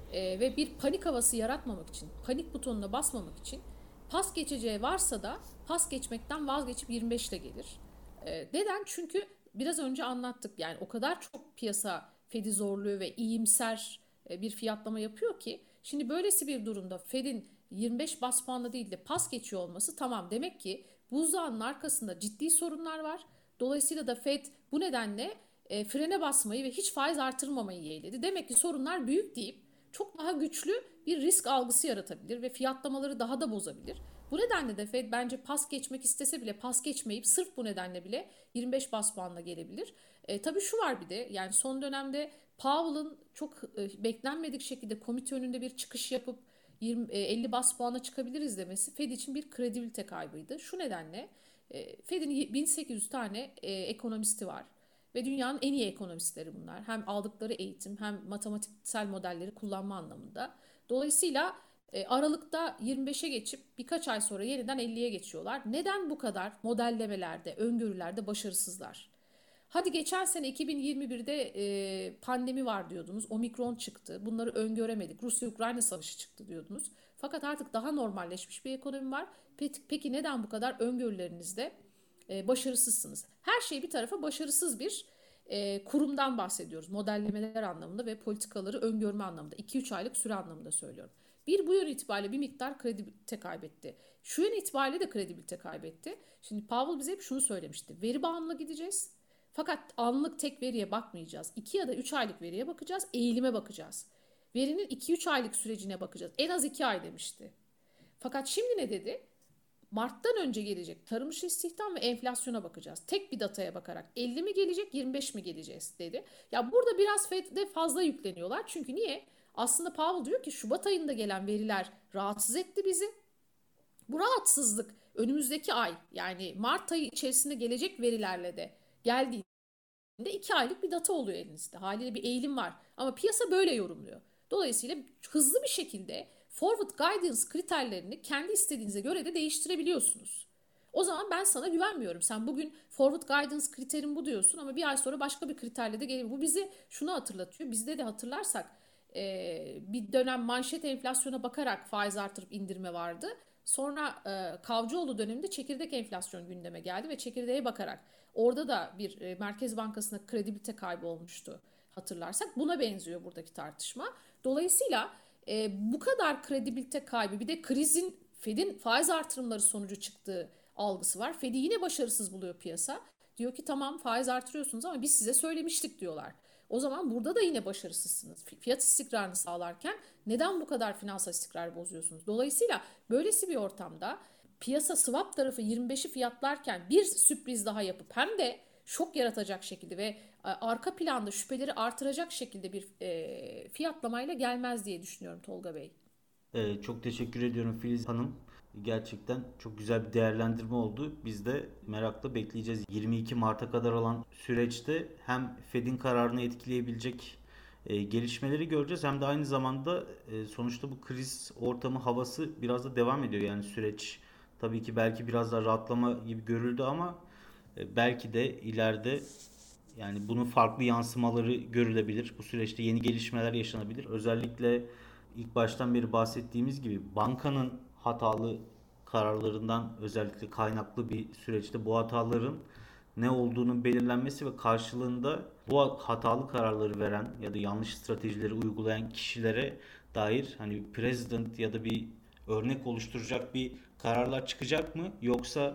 ve bir panik havası yaratmamak için, panik butonuna basmamak için pas geçeceği varsa da pas geçmekten vazgeçip 25 ile gelir. Neden? Çünkü biraz önce anlattık. Yani o kadar çok piyasa Fed'i zorluyor ve iyimser bir fiyatlama yapıyor ki şimdi böylesi bir durumda Fed'in 25 bas puanla değil de pas geçiyor olması, tamam, demek ki buzdağının arkasında ciddi sorunlar var. Dolayısıyla da Fed bu nedenle frene basmayı ve hiç faiz artırmamayı yeğledi. Demek ki sorunlar büyük deyip çok daha güçlü bir risk algısı yaratabilir ve fiyatlamaları daha da bozabilir. Bu nedenle de Fed bence pas geçmek istese bile pas geçmeyip sırf bu nedenle bile 25 bas puanla gelebilir. Tabii şu var bir de, yani son dönemde Powell'ın çok beklenmedik şekilde komite önünde bir çıkış yapıp 50 bas puana çıkabiliriz demesi Fed için bir kredibilite kaybıydı. Şu nedenle Fed'in 1800 tane ekonomisti var. Ve dünyanın en iyi ekonomistleri bunlar. Hem aldıkları eğitim hem matematiksel modelleri kullanma anlamında. Dolayısıyla Aralık'ta 25'e geçip birkaç ay sonra yeniden 50'ye geçiyorlar. Neden bu kadar modellemelerde, öngörülerde başarısızlar? Hadi geçen sene 2021'de pandemi var diyordunuz. Omikron çıktı. Bunları öngöremedik. Rusya-Ukrayna savaşı çıktı diyordunuz. Fakat artık daha normalleşmiş bir ekonomi var. Peki neden bu kadar öngörülerinizde başarısızsınız? Her şey bir tarafa, başarısız bir kurumdan bahsediyoruz. Modellemeler anlamında ve politikaları öngörme anlamında. 2-3 aylık süre anlamında söylüyorum. Bu yön itibariyle bir miktar kredibilite kaybetti. Şu yön itibariyle de kredibilite kaybetti. Şimdi Powell bize hep şunu söylemişti. Veri bağımlı gideceğiz. Fakat anlık tek veriye bakmayacağız. 2 ya da 3 aylık veriye bakacağız. Eğilime bakacağız. Verinin 2-3 aylık sürecine bakacağız. En az 2 ay demişti. Fakat şimdi ne dedi? Mart'tan önce gelecek tarım işi istihdam ve enflasyona bakacağız. Tek bir dataya bakarak 50 mi gelecek, 25 mi geleceğiz dedi. Ya burada biraz Fed'de fazla yükleniyorlar. Çünkü niye? Aslında Powell diyor ki Şubat ayında gelen veriler rahatsız etti bizi. Bu rahatsızlık önümüzdeki ay, yani Mart ayı içerisinde gelecek verilerle de geldiğinde 2 aylık bir data oluyor elinizde. Haliyle bir eğilim var. Ama piyasa böyle yorumluyor. Dolayısıyla hızlı bir şekilde forward guidance kriterlerini kendi istediğinize göre de değiştirebiliyorsunuz. O zaman ben sana güvenmiyorum. Sen bugün forward guidance kriterin bu diyorsun ama bir ay sonra başka bir kriterle de gelir. Bu bizi şunu hatırlatıyor. Bizde de hatırlarsak bir dönem manşet enflasyona bakarak faiz artırıp indirme vardı. Sonra Kavcıoğlu döneminde çekirdek enflasyon gündeme geldi ve çekirdeğe bakarak orada da bir Merkez Bankası'na kredibilite kaybı olmuştu hatırlarsak. Buna benziyor buradaki tartışma. Dolayısıyla bu kadar kredibilite kaybı, bir de krizin Fed'in faiz artırımları sonucu çıktığı algısı var. Fed'i yine başarısız buluyor piyasa. Diyor ki tamam faiz artırıyorsunuz ama biz size söylemiştik diyorlar. O zaman burada da yine başarısızsınız. Fiyat istikrarını sağlarken neden bu kadar finansal istikrarı bozuyorsunuz? Dolayısıyla böylesi bir ortamda piyasa swap tarafı 25'i fiyatlarken bir sürpriz daha yapıp hem de şok yaratacak şekilde ve arka planda şüpheleri artıracak şekilde bir fiyatlamayla gelmez diye düşünüyorum Tolga Bey. Çok teşekkür ediyorum Filiz Hanım. Gerçekten çok güzel bir değerlendirme oldu. Biz de merakla bekleyeceğiz. 22 Mart'a kadar olan süreçte hem Fed'in kararını etkileyebilecek gelişmeleri göreceğiz. Hem de aynı zamanda sonuçta bu kriz ortamı havası biraz da devam ediyor. Yani süreç tabii ki belki biraz daha rahatlama gibi görüldü ama belki de ileride yani bunun farklı yansımaları görülebilir. Bu süreçte yeni gelişmeler yaşanabilir. Özellikle ilk baştan beri bahsettiğimiz gibi bankanın hatalı kararlarından özellikle kaynaklı bir süreçte bu hataların ne olduğunun belirlenmesi ve karşılığında bu hatalı kararları veren ya da yanlış stratejileri uygulayan kişilere dair hani president ya da bir örnek oluşturacak bir kararlar çıkacak mı? Yoksa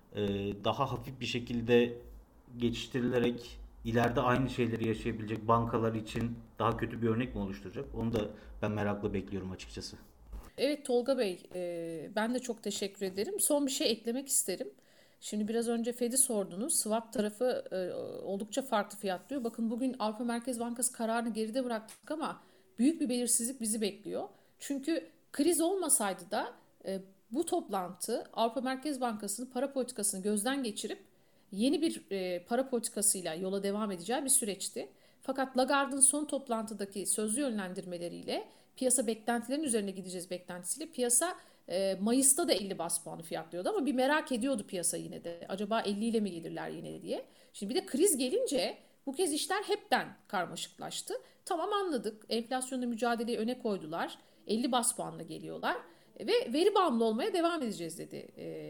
daha hafif bir şekilde geçiştirilerek ileride aynı şeyleri yaşayabilecek bankalar için daha kötü bir örnek mi oluşturacak? Onu da ben merakla bekliyorum açıkçası. Evet Tolga Bey, ben de çok teşekkür ederim. Son bir şey eklemek isterim. Şimdi biraz önce Fed'i sordunuz. Swap tarafı oldukça farklı fiyatlıyor. Bakın bugün Avrupa Merkez Bankası kararını geride bıraktık ama büyük bir belirsizlik bizi bekliyor. Çünkü kriz olmasaydı da bu toplantı Avrupa Merkez Bankası'nın para politikasını gözden geçirip yeni bir para politikasıyla yola devam edeceği bir süreçti. Fakat Lagarde'ın son toplantıdaki sözlü yönlendirmeleriyle piyasa beklentilerin üzerine gideceğiz beklentisiyle piyasa Mayıs'ta da 50 bas puanı fiyatlıyordu ama bir merak ediyordu piyasa yine de. Acaba 50 ile mi gelirler yine diye. Şimdi bir de kriz gelince bu kez işler hepten karmaşıklaştı. Tamam anladık. Enflasyonla mücadeleyi öne koydular. 50 bas puanla geliyorlar ve veri bağımlı olmaya devam edeceğiz dedi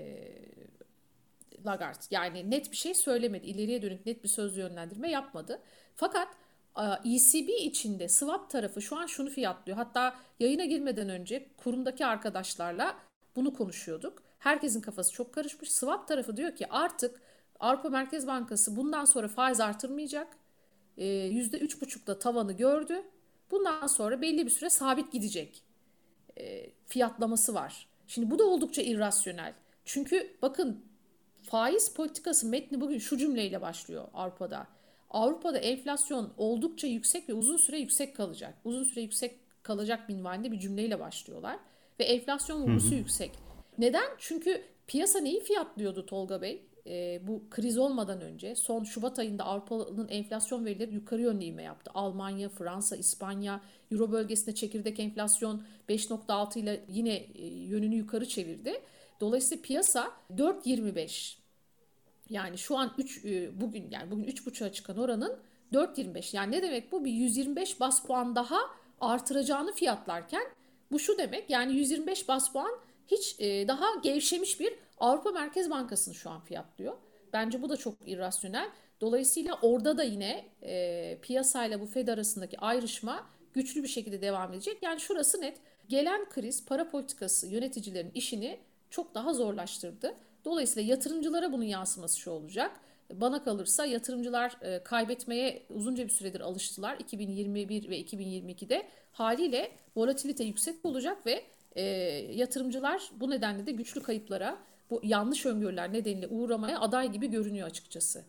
Lagarde. Yani net bir şey söylemedi. İleriye dönük net bir sözlü yönlendirme yapmadı. Fakat ECB içinde swap tarafı şu an şunu fiyatlıyor. Hatta yayına girmeden önce kurumdaki arkadaşlarla bunu konuşuyorduk. Herkesin kafası çok karışmış. Swap tarafı diyor ki artık Avrupa Merkez Bankası bundan sonra faiz artırmayacak. %3,5'da tavanı gördü. Bundan sonra belli bir süre sabit gidecek fiyatlaması var. Şimdi bu da oldukça irrasyonel. Çünkü bakın faiz politikası metni bugün şu cümleyle başlıyor Avrupa'da. Avrupa'da enflasyon oldukça yüksek ve uzun süre yüksek kalacak. Uzun süre yüksek kalacak minvalinde bir cümleyle başlıyorlar. Ve enflasyon Hı vurgusu hı. yüksek. Neden? Çünkü piyasa neyi fiyatlıyordu Tolga Bey? Bu kriz olmadan önce son Şubat ayında Avrupa'nın enflasyon verileri yukarı yönlü ivme yaptı. Almanya, Fransa, İspanya, Euro bölgesinde çekirdek enflasyon 5,6 ile yine yönünü yukarı çevirdi. Dolayısıyla piyasa 4,25, yani şu an bugün, yani bugün 3,5'a çıkan oranın 4,25. Yani ne demek bu? Bir 125 bas puan daha artıracağını fiyatlarken bu şu demek, yani 125 bas puan hiç daha gevşemiş bir Avrupa Merkez Bankası'nı şu an fiyatlıyor. Bence bu da çok irrasyonel. Dolayısıyla orada da yine piyasayla bu Fed arasındaki ayrışma güçlü bir şekilde devam edecek. Yani şurası net. Gelen kriz para politikası yöneticilerin işini çok daha zorlaştırdı. Dolayısıyla yatırımcılara bunun yansıması şu olacak. Bana kalırsa yatırımcılar kaybetmeye uzunca bir süredir alıştılar. 2021 ve 2022'de haliyle volatilite yüksek olacak ve yatırımcılar bu nedenle de güçlü kayıplara, bu yanlış öngörüler nedeniyle uğramaya aday gibi görünüyor açıkçası.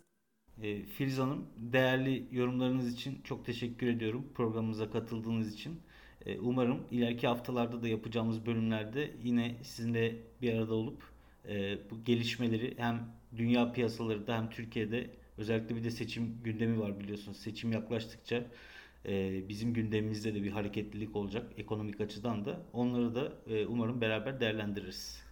Filiz Hanım, değerli yorumlarınız için çok teşekkür ediyorum. Programımıza katıldığınız için. Umarım ileriki haftalarda da yapacağımız bölümlerde yine sizinle bir arada olup bu gelişmeleri hem dünya piyasalarında hem Türkiye'de, özellikle bir de seçim gündemi var biliyorsunuz. Seçim yaklaştıkça bizim gündemimizde de bir hareketlilik olacak ekonomik açıdan da. Onları da umarım beraber değerlendiririz.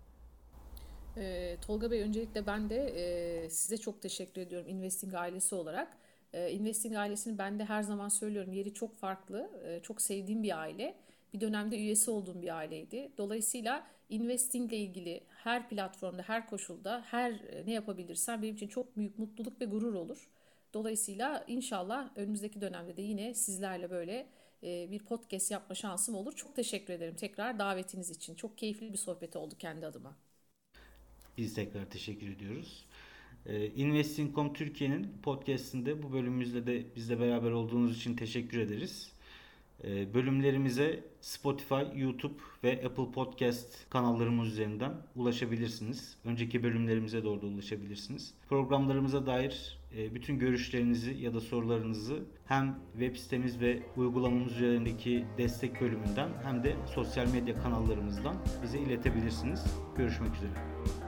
Tolga Bey, öncelikle ben de size çok teşekkür ediyorum Investing ailesi olarak. Investing ailesinin, ben de her zaman söylüyorum, yeri çok farklı, çok sevdiğim bir aile. Bir dönemde üyesi olduğum bir aileydi. Dolayısıyla investing ile ilgili her platformda, her koşulda, ne yapabilirsem benim için çok büyük mutluluk ve gurur olur. Dolayısıyla inşallah önümüzdeki dönemde de yine sizlerle böyle bir podcast yapma şansım olur. Çok teşekkür ederim tekrar davetiniz için. Çok keyifli bir sohbet oldu kendi adıma. Biz tekrar teşekkür ediyoruz. Investing.com Türkiye'nin podcast'inde bu bölümümüzde de bizle beraber olduğunuz için teşekkür ederiz. Bölümlerimize Spotify, YouTube ve Apple Podcast kanallarımız üzerinden ulaşabilirsiniz. Önceki bölümlerimize de orada ulaşabilirsiniz. Programlarımıza dair bütün görüşlerinizi ya da sorularınızı hem web sitemiz ve uygulamamız üzerindeki destek bölümünden hem de sosyal medya kanallarımızdan bize iletebilirsiniz. Görüşmek üzere.